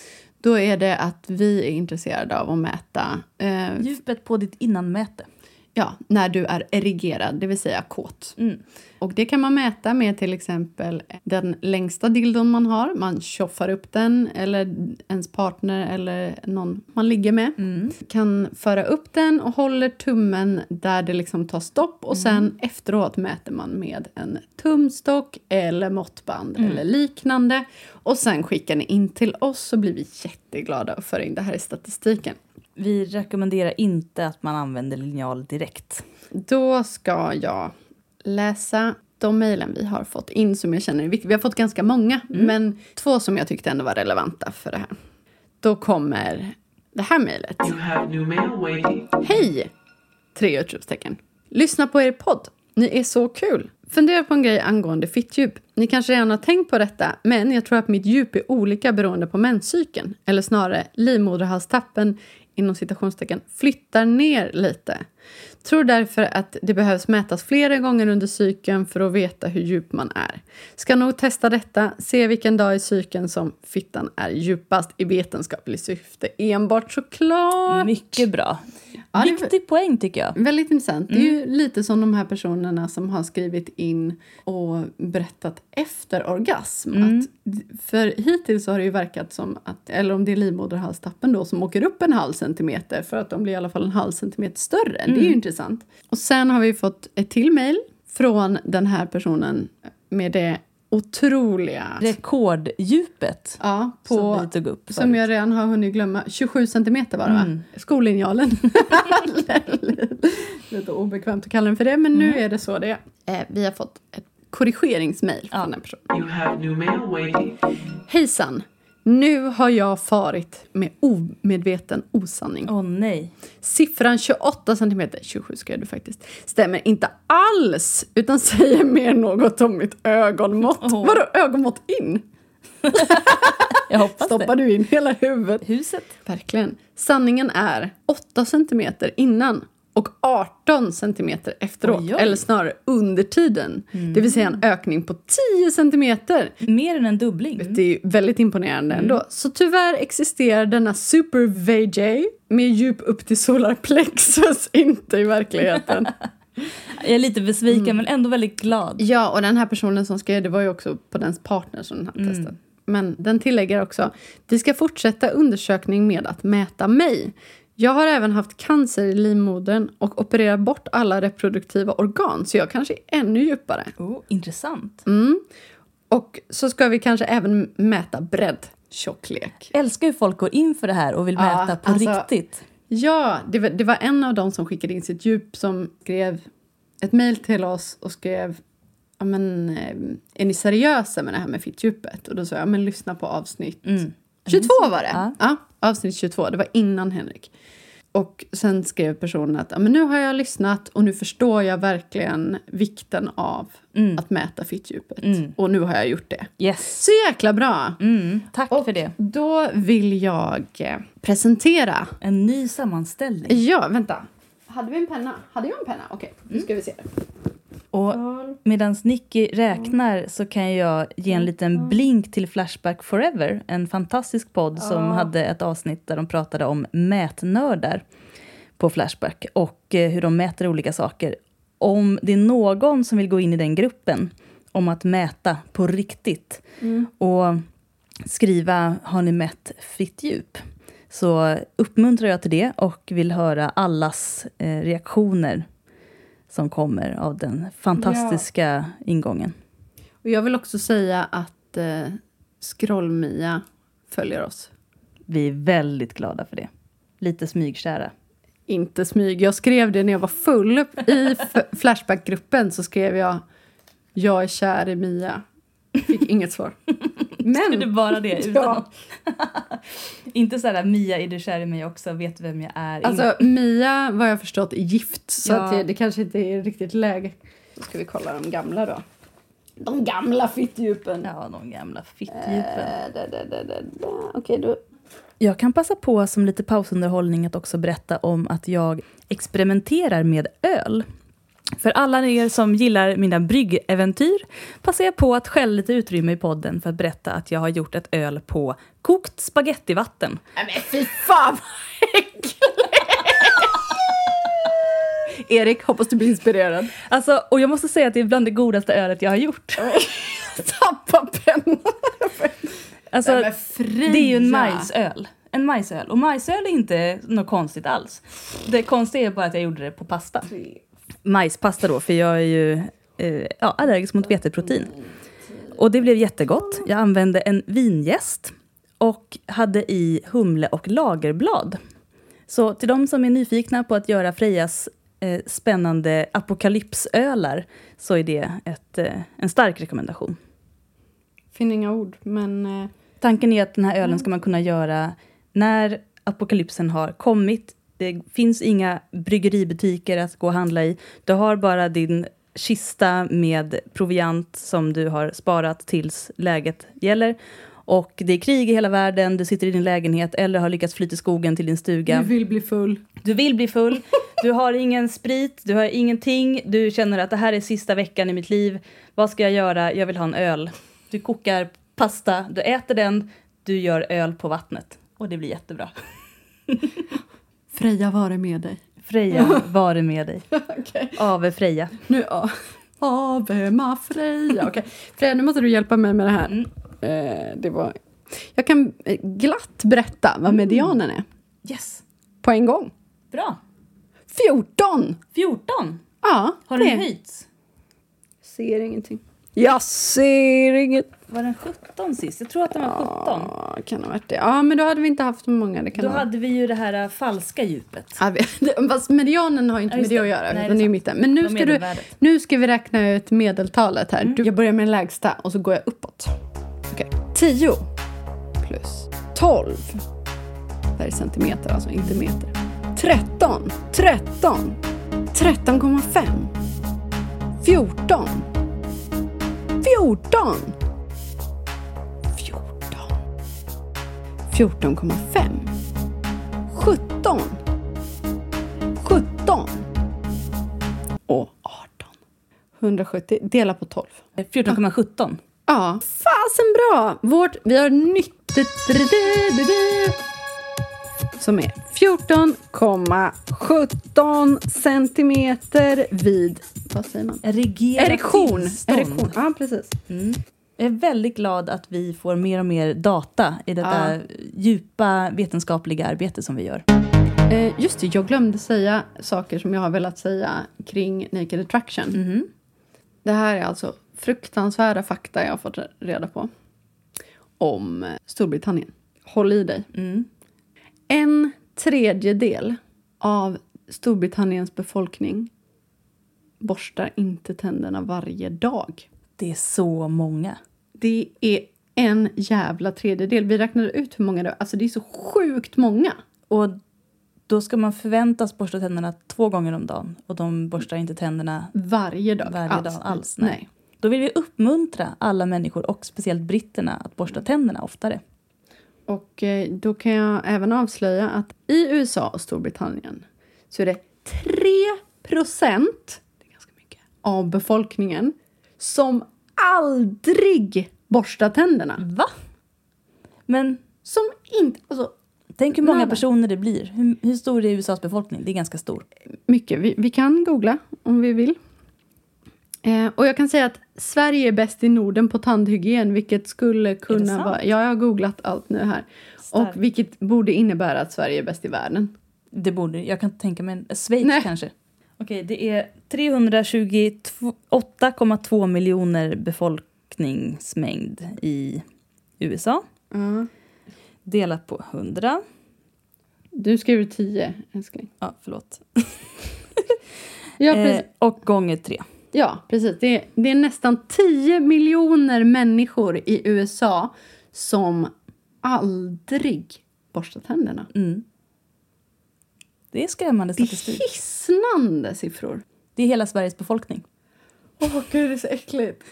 Då är det att vi är intresserade av att mäta eh, Djupet på ditt innanmäte. ja, när du är erigerad, det vill säga kåt. Mm. Och det kan man mäta med till exempel den längsta dildon man har. Man tjoffar upp den eller ens partner eller någon man ligger med. Mm. Kan föra upp den och håller tummen där det liksom tar stopp. Och sen efteråt mäter man med en tumstock eller måttband Mm. eller liknande. Och sen skickar ni in till oss så blir vi jätteglada att föra in det här i statistiken. Vi rekommenderar inte att man använder linjal direkt. Då ska jag läsa de mejlen vi har fått in som jag känner är viktiga. Vi har fått ganska många, men två som jag tyckte ändå var relevanta för det här. Då kommer det här mejlet. You have new mail waiting. Hej! Tre utropstecken. Lyssna på er podd. Ni är så kul. Fundera på en grej angående fittdjup. Ni kanske redan har tänkt på detta, men jag tror att mitt djup är olika beroende på menscykeln. Eller snarare livmoderhalstappen inom citationstecken flyttar ner lite. Tror därför att det behövs mätas flera gånger under cykeln för att veta hur djup man är. Ska nog testa detta, se vilken dag i cykeln som fittan är djupast i vetenskapligt syfte. Enbart såklart. Mycket bra. Ja, det är- Viktig poäng tycker jag. Väldigt intressant. Det är ju lite som de här personerna som har skrivit in och berättat efter orgasm. Mm. Att, för hittills så har det ju verkat som att, eller om det är livmoderhalstappen då som åker upp en halv centimeter för att de blir i alla fall en halv centimeter större. Det är ju intressant. Och sen har vi fått ett till mejl från den här personen med det otroliga... Rekorddjupet Ja, som på... vi tog upp Som förut. jag redan har hunnit glömma. tjugosju centimeter var det va? Skollinjalen. Lite obekvämt att kalla den för det. Men nu är det så det är. Eh, vi har fått ett korrigeringsmail från den personen. You have new mail waiting. Hejsan! Nu har jag farit med omedveten osanning. Åh oh, nej. Siffran tjugoåtta centimeter, tjugosju skrev du faktiskt, stämmer inte alls. Utan säger mer något om mitt ögonmått. Oh. Vadå ögonmått in? Jag hoppas Stoppar det. du in hela huvudet? Huset. Verkligen. Sanningen är åtta centimeter innan och arton centimeter efteråt. Oj, oj. Eller snarare under tiden. Mm. Det vill säga en ökning på tio centimeter. Mer än en dubbling. Det är väldigt imponerande mm. ändå. Så tyvärr existerar denna super V J med djup upp till solar plexus inte i verkligheten. Jag är lite besviken mm. men ändå väldigt glad. Ja, och den här personen som skrev det var ju också på dens partner som den hade mm. testat. Men den tillägger också: vi ska fortsätta undersökning med att mäta mig. Jag har även haft cancer i livmodern och opererat bort alla reproduktiva organ. Så jag kanske är ännu djupare. Oh, intressant. Mm. Och så ska vi kanske även mäta bredd, tjocklek. Älskar ju folk går in för det här och vill mäta ja, på alltså, riktigt. Ja, det var, det var en av dem som skickade in sitt djup som skrev ett mejl till oss och skrev: ja, men, är ni seriösa med det här med fittdjupet? Och då sa jag: ja, men lyssna på avsnitt mm. tjugotvå var det. Ja. ja, avsnitt tjugotvå. Det var innan Henrik. Och sen skrev personen att ja, men nu har jag lyssnat och nu förstår jag verkligen vikten av mm. att mäta fittdjupet. Mm. Och nu har jag gjort det. Yes. Så jäkla bra. Mm. Tack och för det. Då vill jag presentera en ny sammanställning. Ja, vänta. Hade vi en penna? Hade jag en penna? Okej, okay, nu ska vi se. Och medan Nicky räknar så kan jag ge en liten blink till Flashback Forever. En fantastisk podd som ja. hade ett avsnitt där de pratade om mätnördar på Flashback. Och hur de mäter olika saker. Om det är någon som vill gå in i den gruppen om att mäta på riktigt. Mm. Och skriva: har ni mätt fittdjup? Så uppmuntrar jag till det och vill höra allas eh, reaktioner som kommer av den fantastiska ja. ingången. Och jag vill också säga att eh, Scroll-Mia följer oss. Vi är väldigt glada för det. Lite smygkära. Inte smyg. Jag skrev det när jag var full. I f- Flashback-gruppen så skrev jag: jag är kär i Mia. Fick inget svar. Men skrev du bara det? Utan... ja. Inte så här: Mia, är du kär i mig också? Vet du vem jag är? Alltså Mia, vad jag förstått, är gift. Så ja. att det, det kanske inte är riktigt läge. Då ska vi kolla de gamla då. De gamla fittdjupen. Ja, de gamla fittdjupen. Äh, da, da, da, da, da. Okej, då. Jag kan passa på som lite pausunderhållning att också berätta om att jag experimenterar med öl. För alla er som gillar mina bryggäventyr passar jag på att skälla lite utrymme i podden för att berätta att jag har gjort ett öl på kokt spagettivatten. Nej men fy fan vad äckligt! Erik, hoppas du blir inspirerad. Alltså, och jag måste säga att det är bland det godaste ölet jag har gjort. Tappa pennan. Alltså, det är ju en majsöl. En majsöl. Och majsöl är inte något konstigt alls. Det konstiga är bara att jag gjorde det på pasta. Majspasta då, för jag är ju eh, ja, allergisk mot veteprotein. Och det blev jättegott. Jag använde en vinjäst och hade i humle och lagerblad. Så till de som är nyfikna på att göra Frejas eh, spännande apokalypsölar så är det ett, eh, en stark rekommendation. Finner inga ord, men... Eh... Tanken är att den här ölen ska man kunna göra när apokalypsen har kommit. Det finns inga bryggeributiker att gå och handla i. Du har bara din kista med proviant som du har sparat tills läget gäller. Och det är krig i hela världen. Du sitter i din lägenhet eller har lyckats fly till skogen till din stuga. Du vill bli full. Du vill bli full. Du har ingen sprit. Du har ingenting. Du känner att det här är sista veckan i mitt liv. Vad ska jag göra? Jag vill ha en öl. Du kokar pasta. Du äter den. Du gör öl på vattnet. Och det blir jättebra. Freja, var det med dig? Freja, var det med dig? Okay. Ave Freja. Nu, ja. Ave ma Freja. Okay. Freja, nu måste du hjälpa mig med det här. Mm. Eh, det var... Jag kan glatt berätta vad medianen är. Yes. På en gång. Bra. fjorton. fjorton? Ja. Har den höjts? Ser ingenting. Jag ser inget. Var den sjutton sist? Jag tror att den var sjutton. Ja, kan ha varit det. Ja, men då hade vi inte haft så många. Det kan då ha. hade vi ju det här falska djupet. Ja, fast medianen har inte ja, med det att göra. Nej, utan det är mitten. Men nu ska, du, nu ska vi räkna ut medeltalet här. Mm. Jag börjar med den lägsta och så går jag uppåt. Okej. Okay. tio plus tolv. Det här är centimeter, alltså inte meter. tretton, tretton, tretton komma fem. fjorton, fjorton, fjorton, fjorton komma fem. sjutton, sjutton och arton. hundrasjuttio, dela på tolv. fjorton komma sjutton. Ja, fasen bra! Vårt, vi har nytt som är fjorton komma sjutton centimeter vid, vad säger man? Erigerat Erektion. tillstånd. Erektion. Ja, precis. Mm. Jag är väldigt glad att vi får mer och mer data i detta Ja. djupa vetenskapliga arbete som vi gör. Eh, just det, jag glömde säga saker som jag har velat säga kring Naked Attraction. Mm. Det här är alltså fruktansvärda fakta jag har fått reda på om Storbritannien. Håll i dig. Mm. En tredjedel av Storbritanniens befolkning borstar inte tänderna varje dag. Det är så många. Det är en jävla tredjedel. Vi räknade ut hur många det är. Alltså det är så sjukt många. Och då ska man förväntas borsta tänderna två gånger om dagen. Och de borstar inte tänderna Varje dag. varje alls. dag alls. Nej. Nej. Då vill vi uppmuntra alla människor och speciellt britterna att borsta tänderna oftare. Och eh, då kan jag även avslöja att i U S A och Storbritannien så är det tre procent, det är ganska mycket, av befolkningen som aldrig borstar tänderna. Va? Men Som inte, alltså tänk hur många Nada. personer det blir. Hur, hur stor är U S As befolkning? Det är ganska stor. mycket. Vi, vi kan googla om vi vill. Eh, och jag kan säga att Sverige är bäst i Norden på tandhygien, vilket skulle kunna sant? vara... Ja, jag har googlat allt nu här. Starkt. Och vilket borde innebära att Sverige är bäst i världen. Det borde, jag kan tänka mig, en- Schweiz Nej. kanske. Okej, det är trehundratjugoåtta komma två miljoner befolkningsmängd i U S A. Ja. Delat på hundra. Du skriver tio, älskling. Ja, förlåt. Ja, precis. Eh, och gånger tre. Ja, precis. Det är, det är nästan tio miljoner människor i U S A som aldrig borstar tänderna. Mm. Det är skrämmande Det är statistik. hisnande siffror. Det är hela Sveriges befolkning. Åh, oh, gud, det är så äckligt.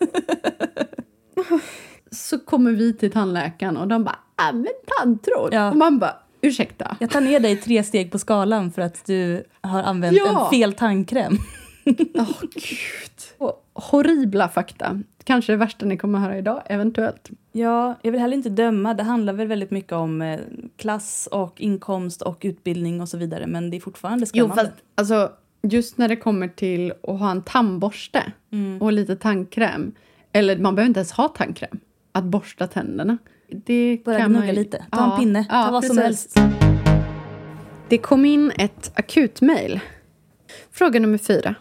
Så kommer vi till tandläkaren och de bara, använd tandtråd. Ja. Och man bara, ursäkta. Jag tar ner dig tre steg på skalan för att du har använt Ja. en fel tandkräm. Åh, gud. Och horribla fakta. Kanske det värsta ni kommer höra idag, eventuellt. Ja, jag vill heller inte döma. Det handlar väl väldigt mycket om eh, klass och inkomst och utbildning och så vidare. Men det är fortfarande Jo, skrämmande. fast alltså, just när det kommer till att ha en tandborste Mm. och lite tandkräm. Eller man behöver inte ens ha tandkräm. Att borsta tänderna. Det Bara kan gnugga man ju- lite. Ta en pinne. Ta vad som helst. Det kom in ett akutmail. Fråga nummer fyra.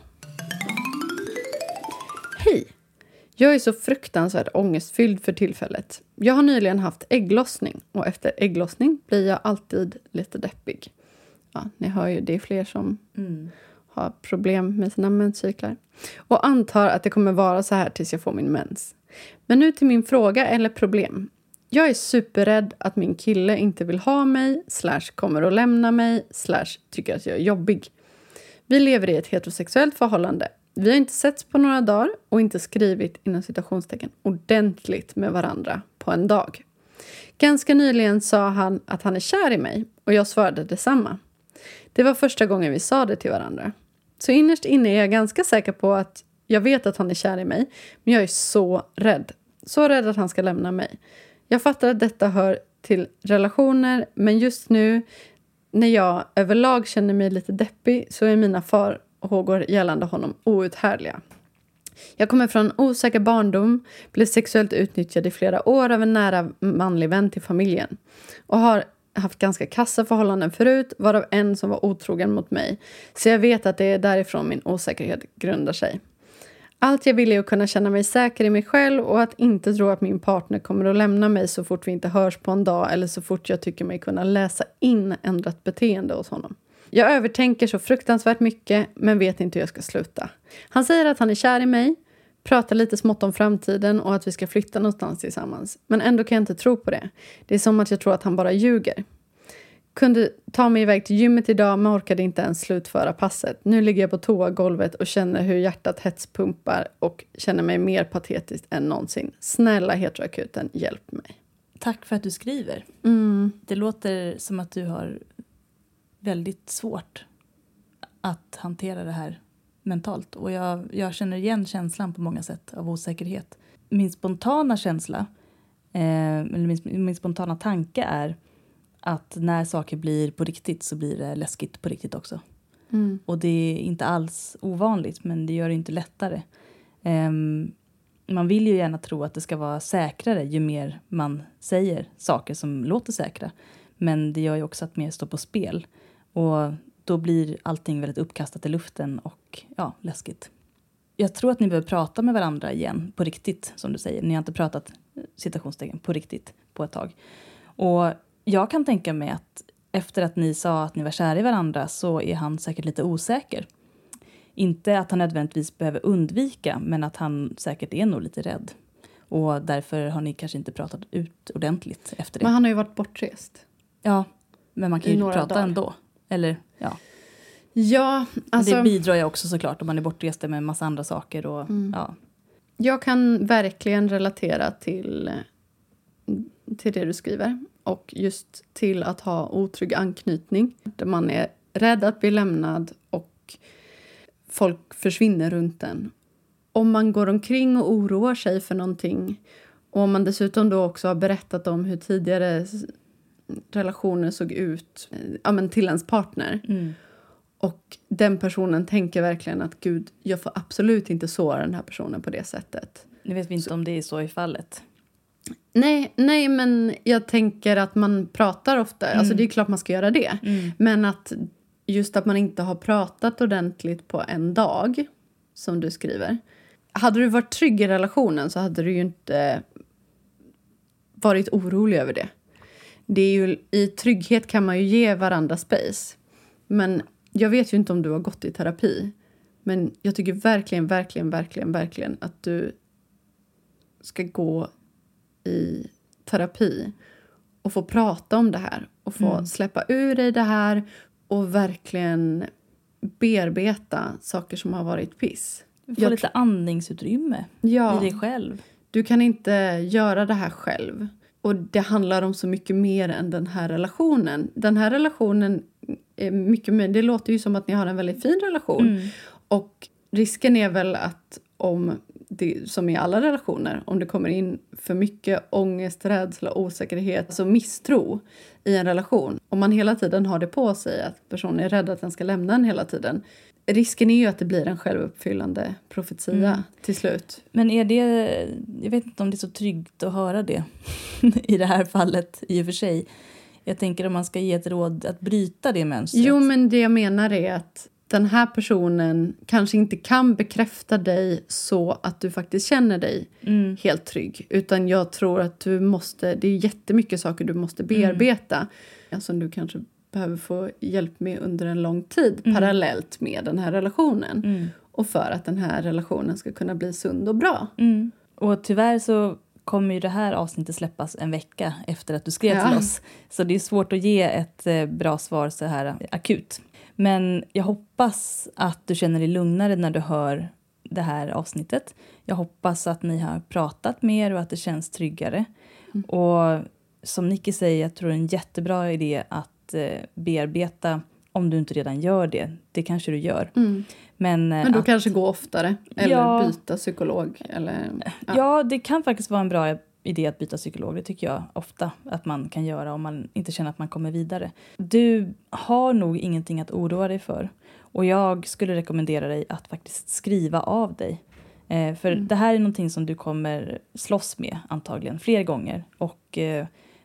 Hej. Jag är så fruktansvärt ångestfylld för tillfället. Jag har nyligen haft ägglossning. Och efter ägglossning blir jag alltid lite deppig. Ja, ni hör ju, det är fler som Mm. har problem med sina menscyklar. Och antar att det kommer vara så här tills jag får min mens. Men nu till min fråga eller problem. Jag är superrädd att min kille inte vill ha mig, slash kommer att lämna mig, slash tycker att jag är jobbig. Vi lever i ett heterosexuellt förhållande. Vi har inte setts på några dagar och inte skrivit inom citationstecken ordentligt med varandra på en dag. Ganska nyligen sa han att han är kär i mig och jag svarade detsamma. Det var första gången vi sa det till varandra. Så innerst inne är jag ganska säker på att jag vet att han är kär i mig, men jag är så rädd. Så rädd att han ska lämna mig. Jag fattar att detta hör till relationer, men just nu när jag överlag känner mig lite deppig så är mina farhågor gällande honom outhärdliga. Jag kommer från en osäker barndom, blev sexuellt utnyttjad i flera år av en nära manlig vän till familjen och har haft ganska kassa förhållanden förut, varav en som var otrogen mot mig. Så jag vet att det är därifrån min osäkerhet grundar sig. Allt jag vill är att kunna känna mig säker i mig själv och att inte tro att min partner kommer att lämna mig så fort vi inte hörs på en dag eller så fort jag tycker mig kunna läsa in ändrat beteende hos honom. Jag övertänker så fruktansvärt mycket men vet inte hur jag ska sluta. Han säger att han är kär i mig, pratar lite smått om framtiden och att vi ska flytta någonstans tillsammans. Men ändå kan jag inte tro på det. Det är som att jag tror att han bara ljuger. Kunde ta mig iväg till gymmet idag men orkade inte ens slutföra passet. Nu ligger jag på toagolvet och känner hur hjärtat hetspumpar och känner mig mer patetisk än någonsin. Snälla heteroakuten, hjälp mig. Tack för att du skriver. Mm. Det låter som att du har väldigt svårt att hantera det här mentalt. Och jag, jag känner igen känslan på många sätt av osäkerhet. Min spontana känsla, eh, eller min, min spontana tanke är att när saker blir på riktigt så blir det läskigt på riktigt också. Mm. Och det är inte alls ovanligt, men det gör det inte lättare. Um, man vill ju gärna tro att det ska vara säkrare ju mer man säger saker som låter säkra. Men det gör ju också att mer står på spel. Och då blir allting väldigt uppkastat i luften och ja, läskigt. Jag tror att ni behöver prata med varandra igen på riktigt, som du säger. Ni har inte pratat citationstecken på riktigt på ett tag. Och jag kan tänka mig att efter att ni sa att ni var kära i varandra så är han säkert lite osäker. Inte att han nödvändigtvis behöver undvika, men att han säkert är nog lite rädd. Och därför har ni kanske inte pratat ut ordentligt efter det. Men han har ju varit bortrest. Ja, men man kan ju prata dagar. ändå. Eller, ja. Ja, alltså... Det bidrar ju också såklart om man är bortrest med en massa andra saker. Och, Mm. ja. Jag kan verkligen relatera till, till det du skriver. Och just till att ha otrygg anknytning. Där man är rädd att bli lämnad och folk försvinner runt en. Om man går omkring och oroar sig för någonting. Och om man dessutom då också har berättat om hur tidigare relationer såg ut, ja, men till ens partner. Mm. Och den personen tänker verkligen att gud, jag får absolut inte såra den här personen på det sättet. Nu vet vi inte så. Om det är så i fallet. Nej, nej, men jag tänker att man pratar ofta. Mm. Alltså det är klart man ska göra det. Mm. Men att just att man inte har pratat ordentligt på en dag, som du skriver. Hade du varit trygg i relationen så hade du ju inte varit orolig över det. Det är ju, i trygghet kan man ju ge varandra space. Men jag vet ju inte om du har gått i terapi. Men jag tycker verkligen, verkligen, verkligen, verkligen att du ska gå i terapi och få prata om det här. Och få Mm. släppa ur dig det här och verkligen bearbeta saker som har varit piss. Du får Jag lite andningsutrymme Ja. i dig själv. Du kan inte göra det här själv. Och det handlar om så mycket mer än den här relationen. Den här relationen är mycket mer, det låter ju som att ni har en väldigt fin relation. Mm. Och risken är väl att om det, som i alla relationer, om det kommer in för mycket ångest, rädsla, osäkerhet, alltså misstro i en relation. Om man hela tiden har det på sig att personen är rädd att den ska lämna en hela tiden. Risken är ju att det blir en självuppfyllande profetia Mm. till slut. Men är det, jag vet inte om det är så tryggt att höra det i det här fallet i och för sig. Jag tänker om man ska ge ett råd att bryta det mönstret. Jo, men det jag menar är att den här personen kanske inte kan bekräfta dig så att du faktiskt känner dig Mm. helt trygg. Utan jag tror att du måste, det är jättemycket saker du måste bearbeta. Mm. Som du kanske behöver få hjälp med under en lång tid. Mm. Parallellt med den här relationen. Mm. Och för att den här relationen ska kunna bli sund och bra. Mm. Och tyvärr så kommer ju det här avsnittet släppas en vecka efter att du skrev Ja. till oss. Så det är svårt att ge ett eh, bra svar så här akut. Men jag hoppas att du känner dig lugnare när du hör det här avsnittet. Jag hoppas att ni har pratat mer och att det känns tryggare. Mm. Och som Nicky säger, jag tror det är en jättebra idé att eh, bearbeta om du inte redan gör det. Det kanske du gör. Mm. Men, eh, Men då att, kanske gå oftare. Eller Ja. byta psykolog. Eller, ja. ja, det kan faktiskt vara en bra idé att byta psykolog. Det tycker jag ofta att man kan göra om man inte känner att man kommer vidare. Du har nog ingenting att oroa dig för. Och jag skulle rekommendera dig att faktiskt skriva av dig. Eh, för Mm. det här är någonting som du kommer slåss med antagligen fler gånger. Och eh,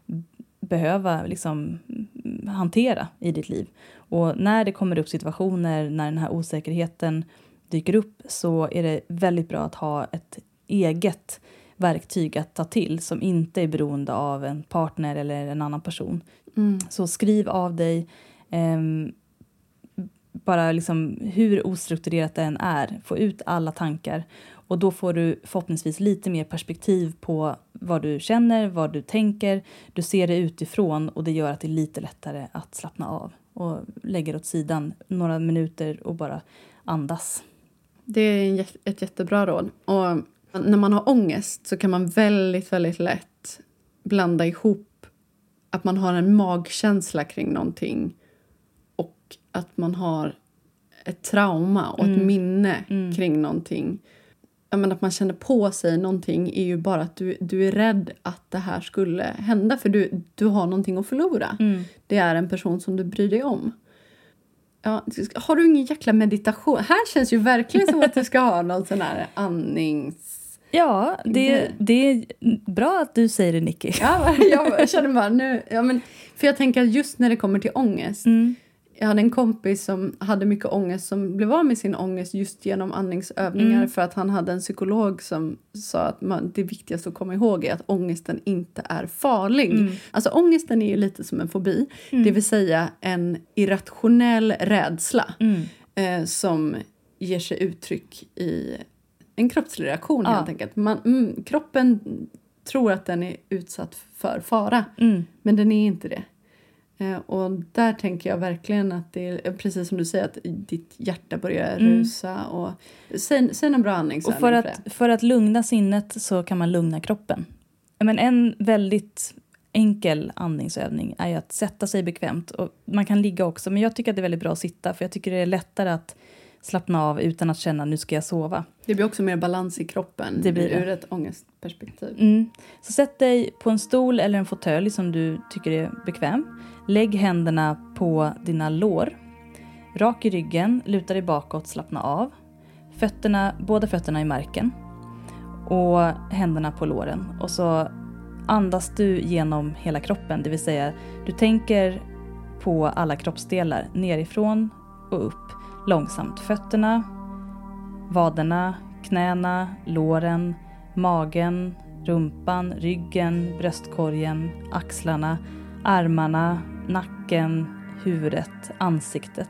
behöva liksom hantera i ditt liv. Och när det kommer upp situationer, när den här osäkerheten dyker upp, så är det väldigt bra att ha ett eget verktyg att ta till som inte är beroende av en partner eller en annan person. Mm. Så skriv av dig, eh, bara liksom hur ostrukturerat det än är, få ut alla tankar Och då får du förhoppningsvis lite mer perspektiv på vad du känner, vad du tänker. Du ser det utifrån och det gör att det är lite lättare att slappna av. Och lägger åt sidan några minuter och bara andas. Det är en, ett jättebra råd. Och när man har ångest så kan man väldigt, väldigt lätt blanda ihop att man har en magkänsla kring någonting och att man har ett trauma och Mm. ett minne Mm. kring någonting. Jag menar, att man känner på sig någonting är ju bara att du, du är rädd att det här skulle hända. För du, du har någonting att förlora. Mm. Det är en person som du bryr dig om. Ja, har du ingen jäkla meditation? Här känns ju verkligen som att du ska ha någon sån här andnings... Ja, det, det är bra att du säger det, Nicky. Ja, jag känner bara nu... Ja, men, för jag tänker att just när det kommer till ångest... Mm. Jag hade en kompis som hade mycket ångest som blev av med sin ångest just genom andningsövningar. Mm. För att han hade en psykolog som sa att man, det viktigaste att komma ihåg är att ångesten inte är farlig. Mm. Alltså ångesten är ju lite som en fobi. Mm. Det vill säga en irrationell rädsla. Mm. Eh, som ger sig uttryck i en kroppslig reaktion Ja. helt enkelt. Man, mm, kroppen tror att den är utsatt för fara. Mm. Men den är inte det. Eh, och där tänker jag verkligen att det är precis som du säger att ditt hjärta börjar Mm. rusa. Och, säg, säg en bra andningsövning Och för för att, det. för att lugna sinnet så kan man lugna kroppen. Men en väldigt enkel andningsövning är ju att sätta sig bekvämt. Och man kan ligga också, men jag tycker att det är väldigt bra att sitta. För jag tycker det är lättare att slappna av utan att känna nu ska jag sova. Det blir också mer balans i kroppen Det blir det. ur ett ångestperspektiv. Mm. Så sätt dig på en stol eller en fåtölj som du tycker är bekväm. Lägg händerna på dina lår. Rak i ryggen, luta dig bakåt, slappna av. Fötterna, båda fötterna i marken. Och händerna på låren. Och så andas du genom hela kroppen. Det vill säga, du tänker på alla kroppsdelar. Nerifrån och upp. Långsamt. Fötterna, vaderna, knäna, låren, magen, rumpan, ryggen, bröstkorgen, axlarna, armarna, nacken, huvudet, ansiktet.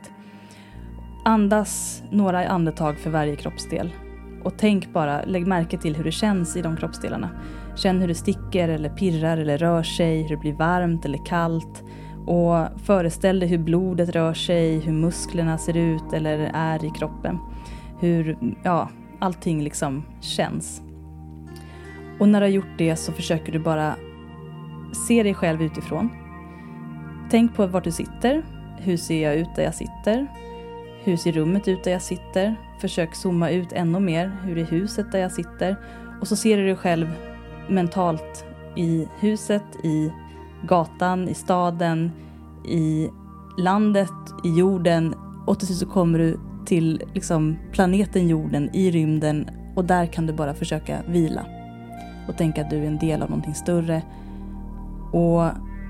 Andas några andetag för varje kroppsdel. Och tänk bara, lägg märke till hur det känns i de kroppsdelarna. Känn hur det sticker eller pirrar eller rör sig, hur det blir varmt eller kallt. Och föreställ dig hur blodet rör sig, hur musklerna ser ut eller är i kroppen. Hur, ja, allting liksom känns. Och när du har gjort det så försöker du bara se dig själv utifrån. Tänk på vart du sitter. Hur ser jag ut där jag sitter? Hur ser rummet ut där jag sitter? Försök zooma ut ännu mer. Hur är huset där jag sitter? Och så ser du dig själv mentalt i huset, i gatan, i staden, i landet, i jorden. Och till slut så kommer du till liksom planeten jorden, i rymden. Och där kan du bara försöka vila. Och tänka att du är en del av någonting större. Och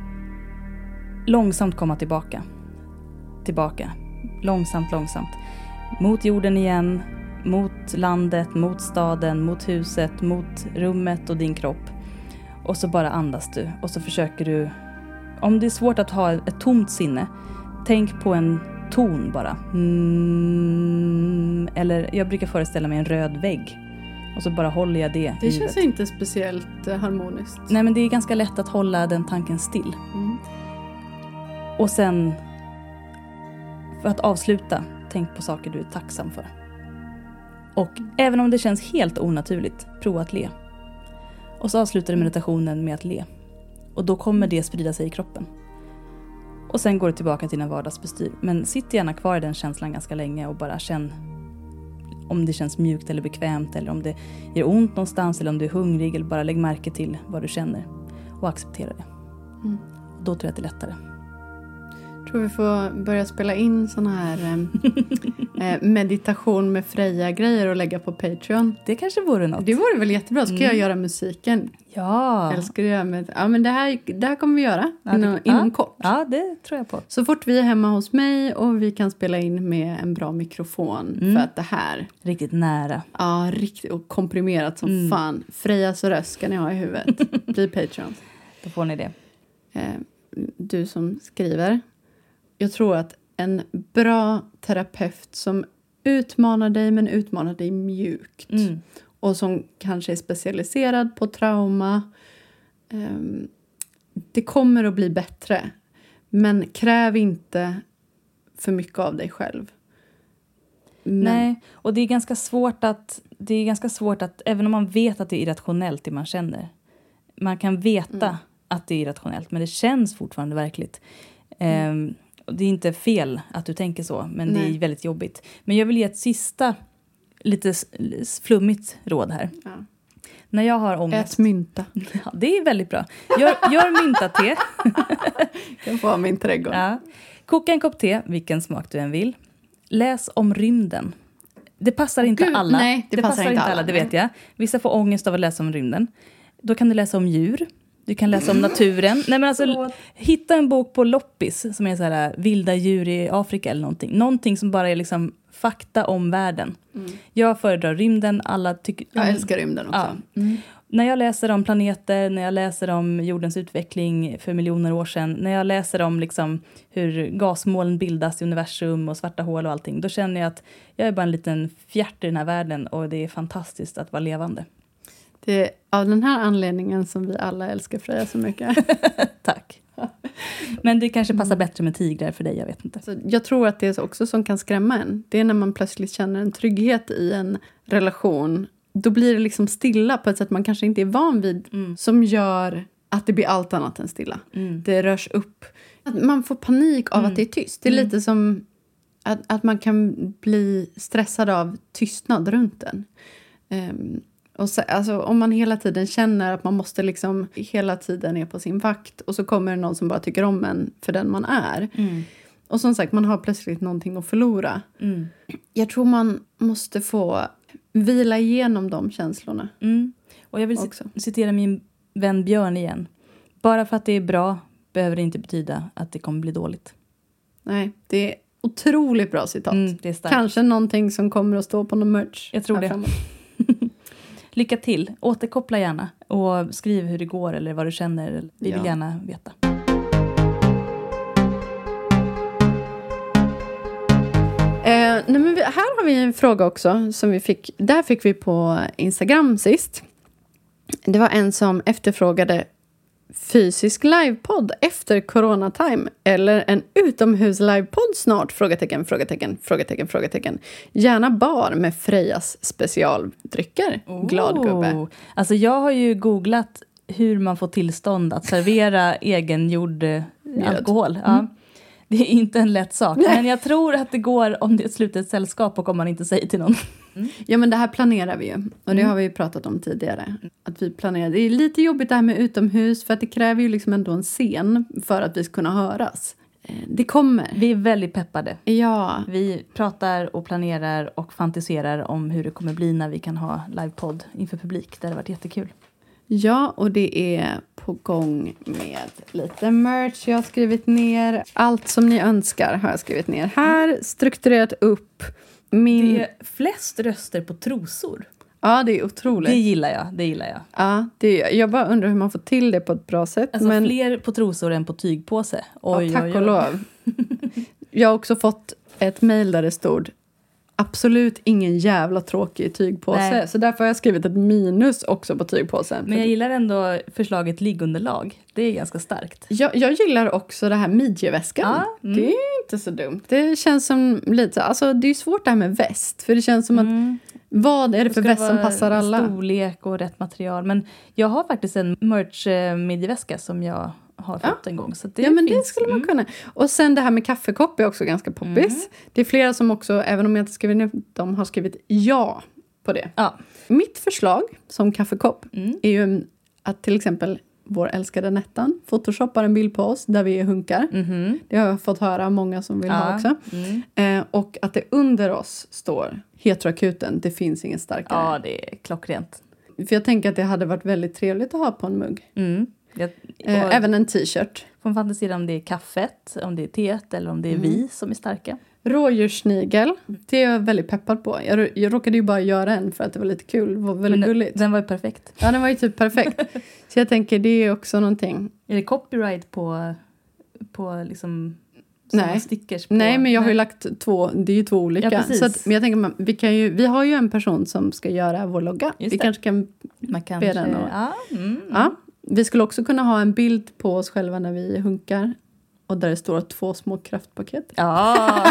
långsamt komma tillbaka. Tillbaka. Långsamt, långsamt. Mot jorden igen. Mot landet, mot staden, mot huset, mot rummet och din kropp. Och så bara andas du. Och så försöker du... Om det är svårt att ha ett tomt sinne, tänk på en ton bara. Mm, eller jag brukar föreställa mig en röd vägg. Och så bara håller jag det i Det huvudet. känns inte speciellt eh, harmoniskt. Nej, men det är ganska lätt att hålla den tanken still. Mm. Och sen, för att avsluta, tänk på saker du är tacksam för. Och även om det känns helt onaturligt, prova att le. Och så avslutar du meditationen med att le. Och då kommer det sprida sig i kroppen. Och sen går du tillbaka till dina vardagsbestyr. Men sitt gärna kvar i den känslan ganska länge och bara känn om det känns mjukt eller bekvämt. Eller om det gör ont någonstans eller om du är hungrig. Eller bara lägg märke till vad du känner. Och acceptera det. Mm. Då tror jag att det är lättare. Jag tror vi får börja spela in såna här eh, meditation med Freja-grejer och lägga på Patreon. Det kanske vore något. Det vore väl jättebra. Ska Mm. jag göra musiken? Ja. Jag älskar att göra med... Ja, men det här, det här kommer vi göra Ja, inom, det- inom ja. kort. Ja, det tror jag på. Så fort vi är hemma hos mig och vi kan spela in med en bra mikrofon. Mm. För att det här, Riktigt nära. ja, riktigt och komprimerat som Mm. fan. Frejas röst ska ni ha i huvudet. Bli Patreon. Då får ni det. Eh, du som skriver. Jag tror att en bra terapeut som utmanar dig men utmanar dig mjukt. Mm. och som kanske är specialiserad på trauma. Um, det kommer att bli bättre. Men kräv inte för mycket av dig själv. Men... Nej, och det är ganska svårt att, det är ganska svårt att, även om man vet att det är irrationellt det man känner. Man kan veta mm. att det är irrationellt, men det känns fortfarande verkligt. Mm. Um, och det är inte fel att du tänker så, men Nej. Det är väldigt jobbigt. Men jag vill ge ett sista, lite flummigt råd här. Ja. När jag har ångest... Ät mynta. Ja, det är väldigt bra. Gör, gör mynta-te. Kan få min trädgård. Ja. Koka en kopp te, vilken smak du än vill. Läs om rymden. Det passar inte Gud, alla. Nej, det, det passar, passar inte alla, alla, det vet jag. Vissa får ångest av att läsa om rymden. Då kan du läsa om djur. Du kan läsa om naturen. Nej, men alltså, hitta en bok på loppis som är så här vilda djur i Afrika eller någonting. Någonting som bara är liksom fakta om världen. Mm. Jag föredrar rymden. Alla tycker... Jag älskar rymden också. Ja. Mm. När jag läser om planeter, när jag läser om jordens utveckling för miljoner år sedan, när jag läser om liksom hur gasmoln bildas i universum och svarta hål och allting, då känner jag att jag är bara en liten fjärt i den här världen och det är fantastiskt att vara levande. Det är av den här anledningen som vi alla älskar Freja så mycket. Tack. Men det kanske passar bättre med tigrar för dig, jag vet inte. Så jag tror att det är också som kan skrämma en. Det är när man plötsligt känner en trygghet i en relation. Då blir det liksom stilla på ett sätt man kanske inte är van vid. Mm. Som gör att det blir allt annat än stilla. Mm. Det rörs upp. Att man får panik av mm. att det är tyst. Det är mm. lite som att, att man kan bli stressad av tystnad runt den. Um, och så, alltså, om man hela tiden känner att man måste liksom hela tiden är på sin vakt. Och så kommer det någon som bara tycker om en för den man är. Mm. Och som sagt, man har plötsligt någonting att förlora. Mm. Jag tror man måste få... vila igenom de känslorna. Mm. Och jag vill också citera min vän Björn igen. Bara för att det är bra behöver det inte betyda att det kommer bli dåligt. Nej, det är otroligt bra citat. Mm, det är starkt. Kanske någonting som kommer att stå på någon merch. Jag tror det. Lycka till. Återkoppla gärna. Och skriv hur det går eller vad du känner. Vi vill ja. gärna veta. Eh, nej men vi, här har vi en fråga också som vi fick, där fick vi på Instagram sist. Det var en som efterfrågade fysisk livepodd efter coronatime eller en utomhus livepodd snart, frågetecken, frågetecken, frågetecken, frågetecken. Gärna bar med Frejas specialdrycker. Oh. Glad gubbe. Alltså jag har ju googlat hur man får tillstånd att servera egengjord alkohol. Ja. Mm. Det är inte en lätt sak. Nej. Men jag tror att det går om det är ett slutet sällskap och om man inte säger till någon. Mm. Ja, men det här planerar vi ju. Och det mm. har vi ju pratat om tidigare. Att vi planerar. Det är lite jobbigt det här med utomhus. För att det kräver ju liksom ändå en scen för att vi ska kunna höras. Det kommer. Vi är väldigt peppade. Ja. Vi pratar och planerar och fantiserar om hur det kommer bli när vi kan ha livepodd inför publik. Det har varit jättekul. Ja, och det är på gång med lite merch. Jag har skrivit ner allt som ni önskar har jag skrivit ner. Här strukturerat upp min... Det är flest röster på trosor. Ja, det är otroligt. Det gillar jag, det gillar jag. Ja, det är, jag bara undrar hur man får till det på ett bra sätt. Alltså men... fler på trosor än på tygpåse. Oj, ja, tack oj, oj. och lov. Jag har också fått ett mejl där det stod absolut ingen jävla tråkig tygpåse. Nej. Så därför har jag skrivit ett minus också på tygpåsen. Men jag gillar ändå förslaget liggunderlag. Det är ganska starkt. Jag, jag gillar också det här midjeväskan. Ja, mm. Det är inte så dumt. Det känns som lite... Alltså det är svårt det här med väst. För det känns som mm. att... Vad är det för väst som passar alla? Storlek och rätt material. Men jag har faktiskt en merch midjeväska som jag har fått ja. en gång. Så det ja, men finns. det skulle man mm. kunna. Och sen det här med kaffekopp är också ganska poppis. Mm. Det är flera som också, även om jag inte skrivit ner, de har skrivit ja på det. Ja. Mitt förslag som kaffekopp mm. är ju att till exempel vår älskade Nettan photoshoppar en bild på oss där vi är hunkar. Mm-hmm. Det har jag fått höra många som vill ja. ha också. Mm. Eh, och att det under oss står heteroakuten, det finns ingen starkare. Ja, det är klockrent. För jag tänker att det hade varit väldigt trevligt att ha på en mugg. Mm. Jag, eh, även en t-shirt. Får man fantisera om det är kaffet, om det är teet eller om det är mm. vi som är starka. Rådjurssnigel, det är jag väldigt peppad på. Jag, jag råkade ju bara göra en för att det var lite kul. Det var väldigt den, gulligt. Den var ju perfekt. Ja, den var ju typ perfekt. Så jag tänker, det är också någonting. Är det copyright på, på liksom Nej. stickers på. Nej, men jag har ju lagt två, det är ju två olika. Ja, precis. Så att, men jag tänker, vi, kan ju, vi har ju en person som ska göra vår logga. Just vi det. kanske kan Man be kanske, den. Och, ja, mm. ja, vi skulle också kunna ha en bild på oss själva när vi hunkar. Och där det står två små kraftpaket. Ja.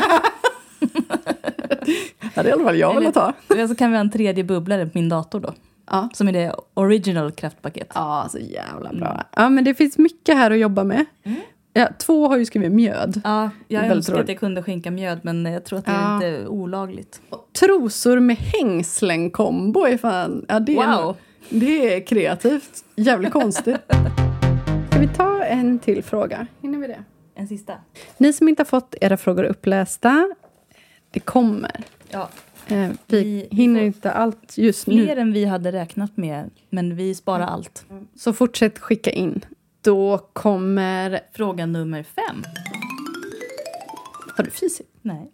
Ja, det är i alla fall jag vill ta. Eller så kan vi ha en tredje bubblare på min dator då. Ja. Som är det original kraftpaket. Ja, så jävla bra. Ja, men det finns mycket här att jobba med. Mm. Ja, två har ju skrivit mjöd. Ja, jag Väldigt önskar roligt. att jag kunde skänka mjöd, men jag tror att det är Ja. lite olagligt. Och trosor med hängslen-kombo är fan... Ja, det, är, Wow. det är kreativt. Jävligt konstigt. Ska vi ta en till fråga? Hinner vi det? En sista. Ni som inte har fått era frågor upplästa, det kommer. Ja, Eh, vi, Vi- vi hinner får inte allt just fler nu. än vi hade räknat med, men vi sparar allt. Så fortsätt skicka in. Då kommer... Fråga nummer fem. Har du fisit? Nej.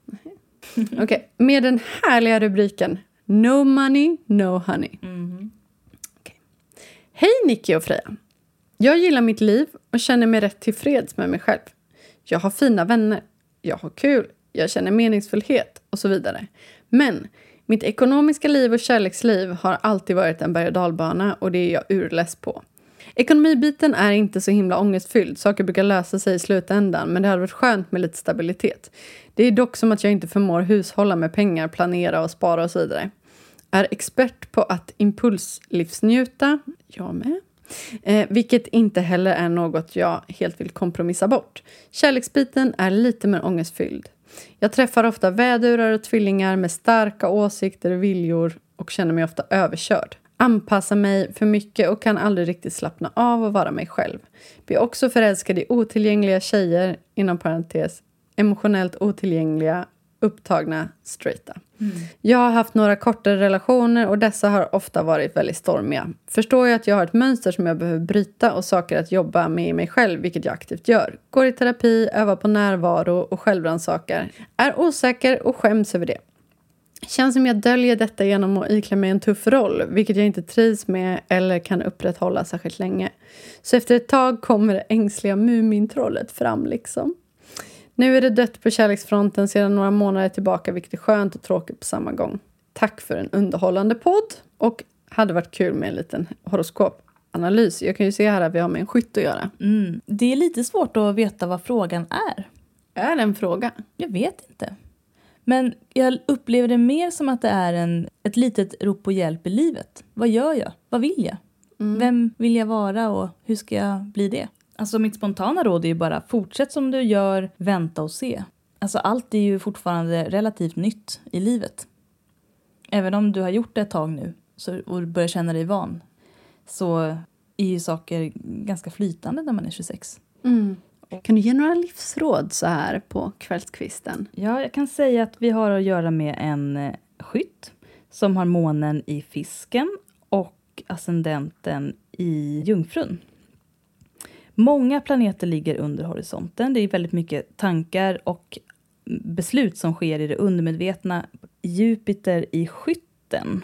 Okej, med den härliga rubriken No money, no honey. Mhm. Okej. Hej Nicky och Freja. Jag gillar mitt liv och känner mig rätt tillfreds med mig själv. Jag har fina vänner. Jag har kul. Jag känner meningsfullhet och så vidare. Men mitt ekonomiska liv och kärleksliv har alltid varit en berg- och dalbana och det är jag urless på. Ekonomibiten är inte så himla ångestfylld. Saker brukar lösa sig i slutändan, men det hade varit skönt med lite stabilitet. Det är dock som att jag inte förmår hushålla med pengar, planera och spara och så vidare. Är expert på att impulslivsnjuta. Jag med. Eh, vilket inte heller är något jag helt vill kompromissa bort. Kärleksbiten är lite mer ångestfylld. Jag träffar ofta vädurar och tvillingar med starka åsikter och viljor och känner mig ofta överkörd. Anpassar mig för mycket och kan aldrig riktigt slappna av och vara mig själv. Blir också förälskad i otillgängliga tjejer, inom parentes, emotionellt otillgängliga, upptagna, straighta. Mm. Jag har haft några kortare relationer och dessa har ofta varit väldigt stormiga. Förstår jag att jag har ett mönster som jag behöver bryta och saker att jobba med i mig själv, vilket jag aktivt gör. Går i terapi, övar på närvaro och självrannsakar. Är osäker och skäms över det. Känns som jag döljer detta genom att iklä mig en tuff roll, vilket jag inte trivs med eller kan upprätthålla särskilt länge. Så efter ett tag kommer det ängsliga Mumintrollet fram liksom. Nu är det dött på kärleksfronten sedan några månader tillbaka, vilket är skönt och tråkigt på samma gång. Tack för en underhållande podd och hade varit kul med en liten horoskopanalys. Jag kan ju se här att vi har med en skytt att göra. Mm. Det är lite svårt att veta vad frågan är. Är det en fråga? Jag vet inte. Men jag upplever det mer som att det är en, ett litet rop på hjälp i livet. Vad gör jag? Vad vill jag? Mm. Vem vill jag vara och hur ska jag bli det? Alltså mitt spontana råd är ju bara fortsätt som du gör, vänta och se. Alltså allt är ju fortfarande relativt nytt i livet. Även om du har gjort det ett tag nu så, och börjar känna dig van, så är ju saker ganska flytande när man är tjugosex. Mm. Kan du ge några livsråd så här på kvällskvisten? Ja, jag kan säga att vi har att göra med en skytt som har månen i fisken och ascendenten i jungfrun. Många planeter ligger under horisonten. Det är väldigt mycket tankar och beslut som sker i det undermedvetna. Jupiter i skytten.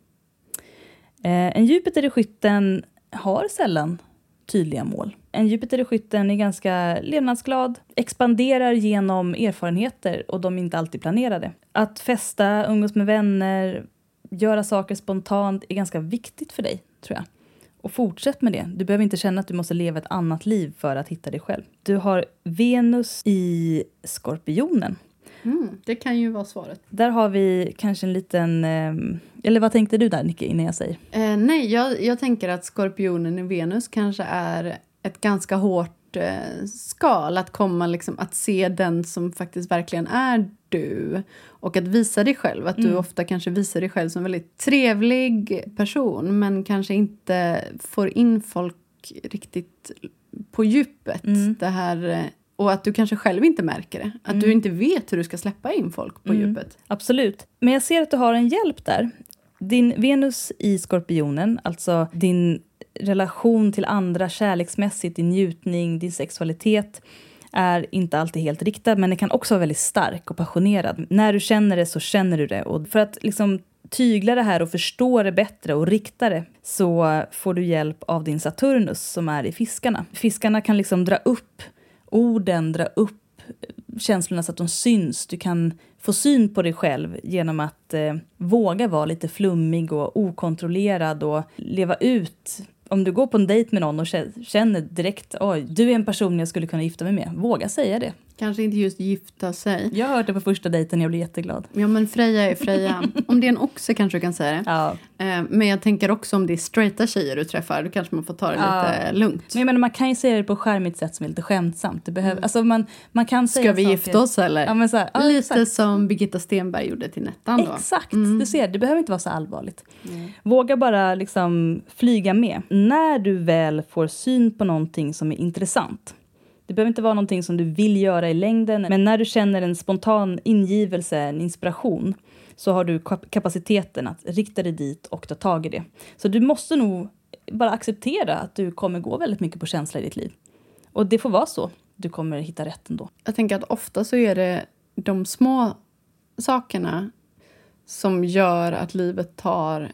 Eh, en Jupiter i skytten har sällan tydliga mål. En Jupiter i skytten är ganska levnadsglad, expanderar genom erfarenheter och de är inte alltid planerade. Att festa, umgås med vänner, göra saker spontant är ganska viktigt för dig, tror jag. Och fortsätt med det. Du behöver inte känna att du måste leva ett annat liv för att hitta dig själv. Du har Venus i Skorpionen. Mm, det kan ju vara svaret. Där har vi kanske en liten... Eh, eller vad tänkte du där, Nicky, innan jag säger? Eh, nej, jag, jag tänker att Skorpionen i Venus kanske är ett ganska hårt eh, skal. Att komma liksom, att se den som faktiskt verkligen är du. Och att visa dig själv. Att mm. du ofta kanske visar dig själv som en väldigt trevlig person. Men kanske inte får in folk riktigt på djupet. Mm. Det här... Och att du kanske själv inte märker det. Att mm. du inte vet hur du ska släppa in folk på mm. djupet. Absolut. Men jag ser att du har en hjälp där. Din Venus i Skorpionen, alltså din relation till andra kärleksmässigt, din njutning, din sexualitet är inte alltid helt riktad. Men den kan också vara väldigt stark och passionerad. När du känner det så känner du det. Och för att liksom tygla det här och förstå det bättre och rikta det så får du hjälp av din Saturnus som är i fiskarna. Fiskarna kan liksom dra upp orden, dra upp känslorna så att de syns. Du kan få syn på dig själv genom att eh, våga vara lite flummig och okontrollerad och leva ut. Om du går på en dejt med någon och känner direkt, oj, du är en person jag skulle kunna gifta mig med. Våga säga det. Kanske inte just gifta sig. Jag har hört det på första dejten, jag blir jätteglad. Ja, men Freja är Freja. Om det är en oxe kanske du kan säga det. Ja. Eh, men jag tänker också om det är straighta tjejer du träffar, då kanske man får ta det Ja. lite lugnt. Men jag menar, man kan ju säga det på skärmigt sätt som är lite skämtsamt. Det behöver, Mm. alltså man, man kan säga Ska vi saker- gifta oss eller? Ja, men så här, ja, Lite exakt. som Birgitta Stenberg gjorde till Nettan då. Exakt, Mm. du ser, det behöver inte vara så allvarligt. Våga bara liksom flyga med. När du väl får syn på någonting som är intressant. Det behöver inte vara någonting som du vill göra i längden. Men när du känner en spontan ingivelse, en inspiration. Så har du kap- kapaciteten att rikta dig dit och ta tag i det. Så du måste nog bara acceptera att du kommer gå väldigt mycket på känsla i ditt liv. Och det får vara så. Du kommer hitta rätt ändå. Jag tänker att ofta så är det de små sakerna som gör att livet tar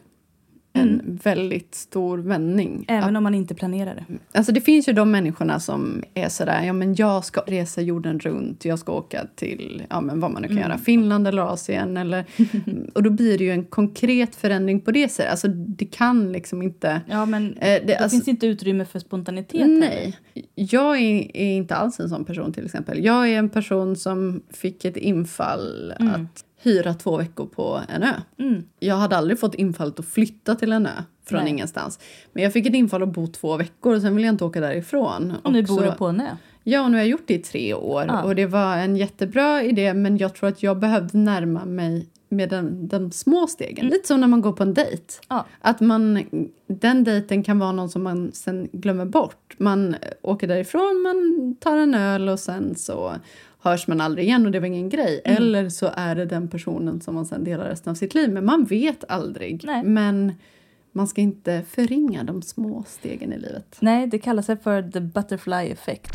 en väldigt stor vändning. Även om man inte planerar det. Alltså det finns ju de människorna som är sådär, ja men jag ska resa jorden runt, jag ska åka till, ja men vad man nu kan Mm. göra, Finland eller Asien eller, och då blir det ju en konkret förändring på det sättet. Alltså det kan liksom inte... Ja, men Eh, det, det alltså, finns inte utrymme för spontanitet. nej, jag är, är inte alls en sån person till exempel. Jag är en person som fick ett infall Mm. att hyra två veckor på en ö. Mm. Jag hade aldrig fått infallet att flytta till en ö från Nej. ingenstans. Men jag fick ett infall att bo två veckor och sen ville jag inte åka därifrån. Och nu så, bor du på en ö. Ja, och nu har jag gjort det i tre år. Ja. Och det var en jättebra idé, men jag tror att jag behövde närma mig med den, de små stegen. Lite som när man går på en dejt. Ja. Att man, den dejten kan vara någon som man sen glömmer bort. Man åker därifrån, man tar en öl och sen så hörs man aldrig igen och det var ingen grej. Mm. Eller så är det den personen som man sen delar resten av sitt liv. Men man vet aldrig. Nej. Men man ska inte förringa de små stegen i livet. Nej, det kallas för the butterfly effect.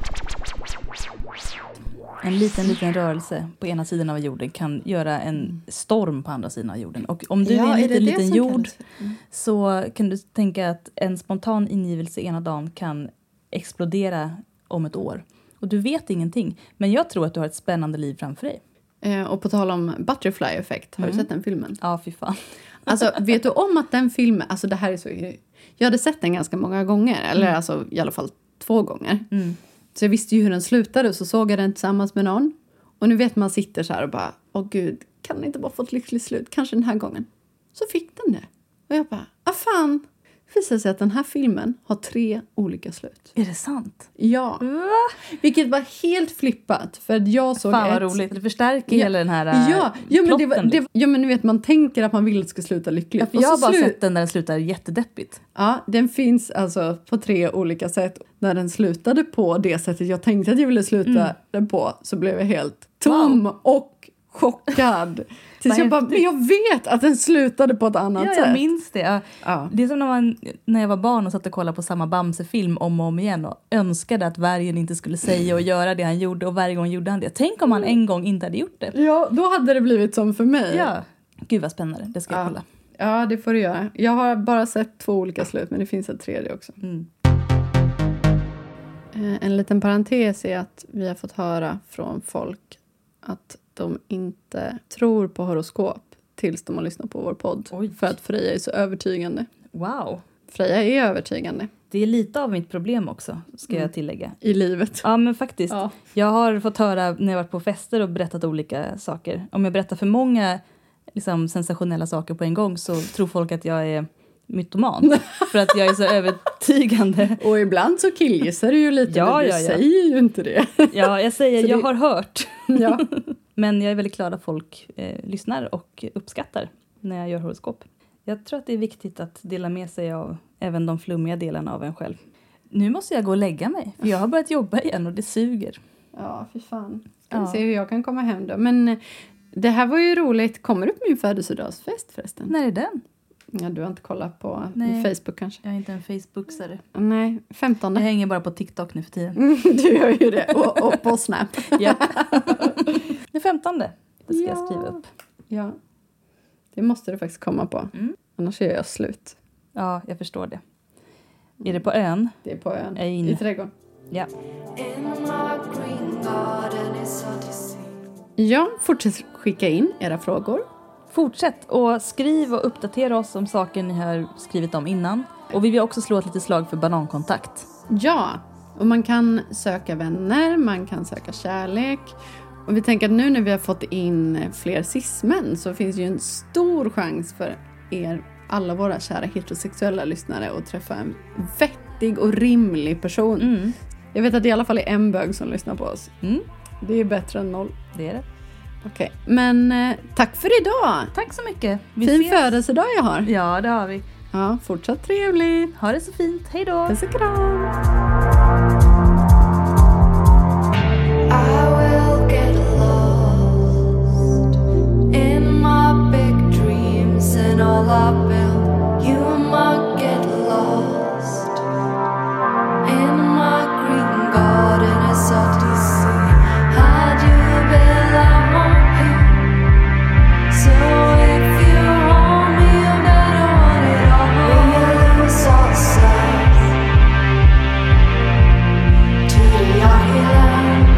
En liten, liten rörelse på ena sidan av jorden kan göra en storm på andra sidan av jorden. Och om du Ja, är en är det liten, det liten som jord kallas? Mm. så kan du tänka att en spontan ingivelse ena dagen kan explodera om ett år. Och du vet ingenting. Men jag tror att du har ett spännande liv framför dig. Eh, och på tal om butterfly effect, har Mm. du sett den filmen? Ja, fy fan. Alltså, vet du om att den filmen, alltså det här är så, jag hade sett den ganska många gånger, eller Mm. alltså i alla fall två gånger. Mm. Så jag visste ju hur den slutade, så såg jag den tillsammans med någon. Och nu vet man sitter så här och bara, åh gud, kan den inte bara få ett lyckligt slut, kanske den här gången. Så fick den det. Och jag bara, ah fan. Det visade sig att den här filmen har tre olika slut. Är det sant? Ja. Vilket var helt flippat. För att jag såg Fan vad ett... roligt. Det förstärker Ja. hela den här äh, Ja, ja, men det var, plotten. det, ja, men nu vet man tänker att man vill att det ska sluta lyckligt. Ja, för Och jag har så bara slut- sett den där den slutar jättedeppigt. Ja, den finns alltså på tre olika sätt. När den slutade på det sättet jag tänkte att jag ville sluta Mm. den på, så blev jag helt tom och chockad. Tills Vad jag bara, häftigt. men jag vet att den slutade på ett annat Ja, sätt. jag minns det. Ja. Ja. Det är som när, man, när jag var barn och satt och kollade på samma Bamse-film om och om igen och önskade att vargen inte skulle säga och göra det han gjorde och varje gång gjorde han det. Tänk om han en gång inte hade gjort det. Ja, då hade det blivit som för mig. Ja. Gud vad spännande, det ska jag Ja. kolla. Ja, det får du göra. Jag har bara sett två olika slut, men det finns ett tredje också. Mm. Eh, En liten parentes är att vi har fått höra från folk att de inte tror på horoskop tills de har lyssnat på vår podd. Oj. För att Freja är så övertygande. Wow. Freja är övertygande Det är lite av mitt problem också, ska jag tillägga. i livet. Ja, men faktiskt. Ja. Jag har fått höra när jag varit på fester och berättat olika saker. Om jag berättar för många liksom, sensationella saker på en gång så tror folk att jag är mytoman. För att jag är så övertygande. Och ibland så killgissar du ju lite, Ja, men du ja, ja. säger ju inte det. Ja, jag säger Så jag det- har hört. Ja. Men jag är väldigt glad att folk eh, lyssnar och uppskattar när jag gör horoskop. Jag tror att det är viktigt att dela med sig av även de flummiga delarna av en själv. Nu måste jag gå och lägga mig, för jag har börjat jobba igen och det suger. Ja, fy fan. Ska Ja. vi se hur jag kan komma hem då. Men eh, det här var ju roligt. Kommer du på min födelsedagsfest förresten? När är den? Ja, du har inte kollat på Nej. Facebook kanske? Jag är inte en Facebooksare. Nej, femtonde. Jag hänger bara på TikTok nu för tiden. Mm, du gör ju det. Och, och på Snap. Ja. Den femtonde. Det ska jag Ja. skriva upp. Ja, det måste du faktiskt komma på. Mm. Annars är jag slut. Ja, jag förstår det. Är det på ön? Det är på ön. Jag är inne. I trädgården. Ja. Ja, fortsätt skicka in era frågor. Fortsätt och skriv och uppdatera oss om saker ni har skrivit om innan. Och vi vill också slå ett litet slag för banankontakt. Ja, och man kan söka vänner, man kan söka kärlek. Och vi tänker att nu när vi har fått in fler cis-män så finns ju en stor chans för er, alla våra kära heterosexuella lyssnare, att träffa en vettig och rimlig person. Mm. Jag vet att det i alla fall är en bög som lyssnar på oss. Mm. Det är bättre än noll. Det är det. Okej, men eh, tack för idag. Tack så mycket. Vi Fin ses. födelsedag jag har. Ja, det har vi. Ja, fortsatt trevligt. Ha det så fint. Hej då. Puss och kram. I will get lost in my big dreams and all I built. You might get lost in my green garden. It's hard to see how do you belong here. So if you want me, you better want it all. We lose ourselves to the island.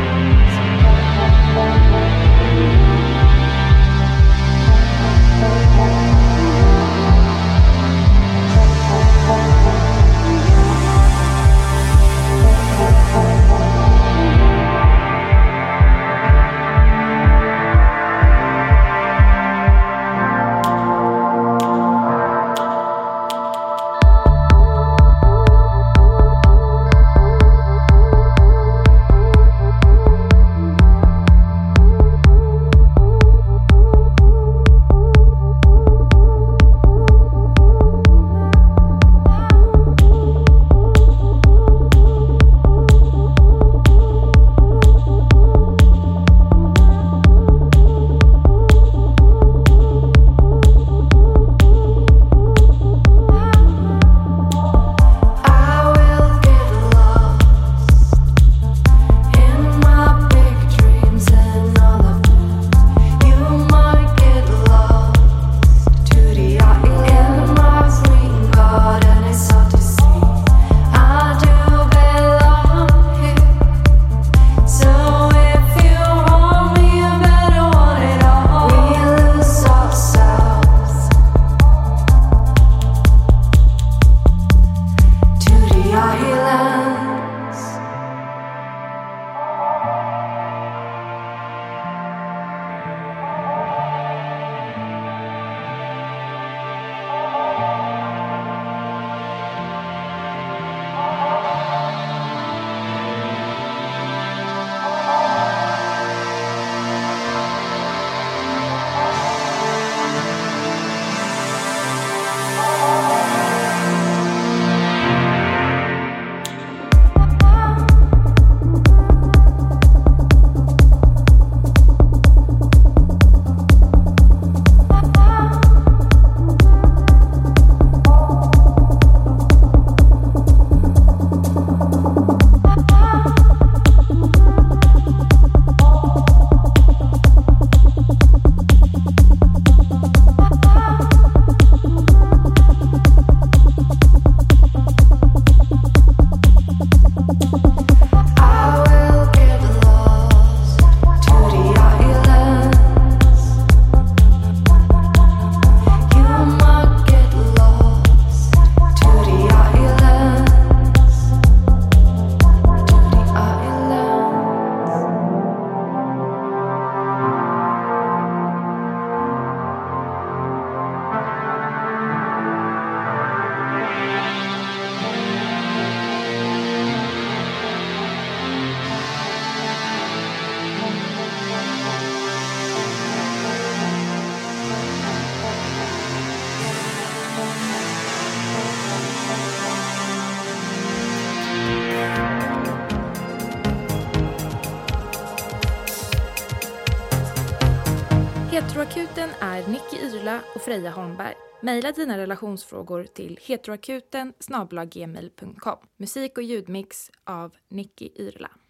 Heteroakuten är Nicky Yrla och Freja Holmberg. Maila dina relationsfrågor till heteroakuten snabel-a gmail punkt com. Musik och ljudmix av Nicky Yrla.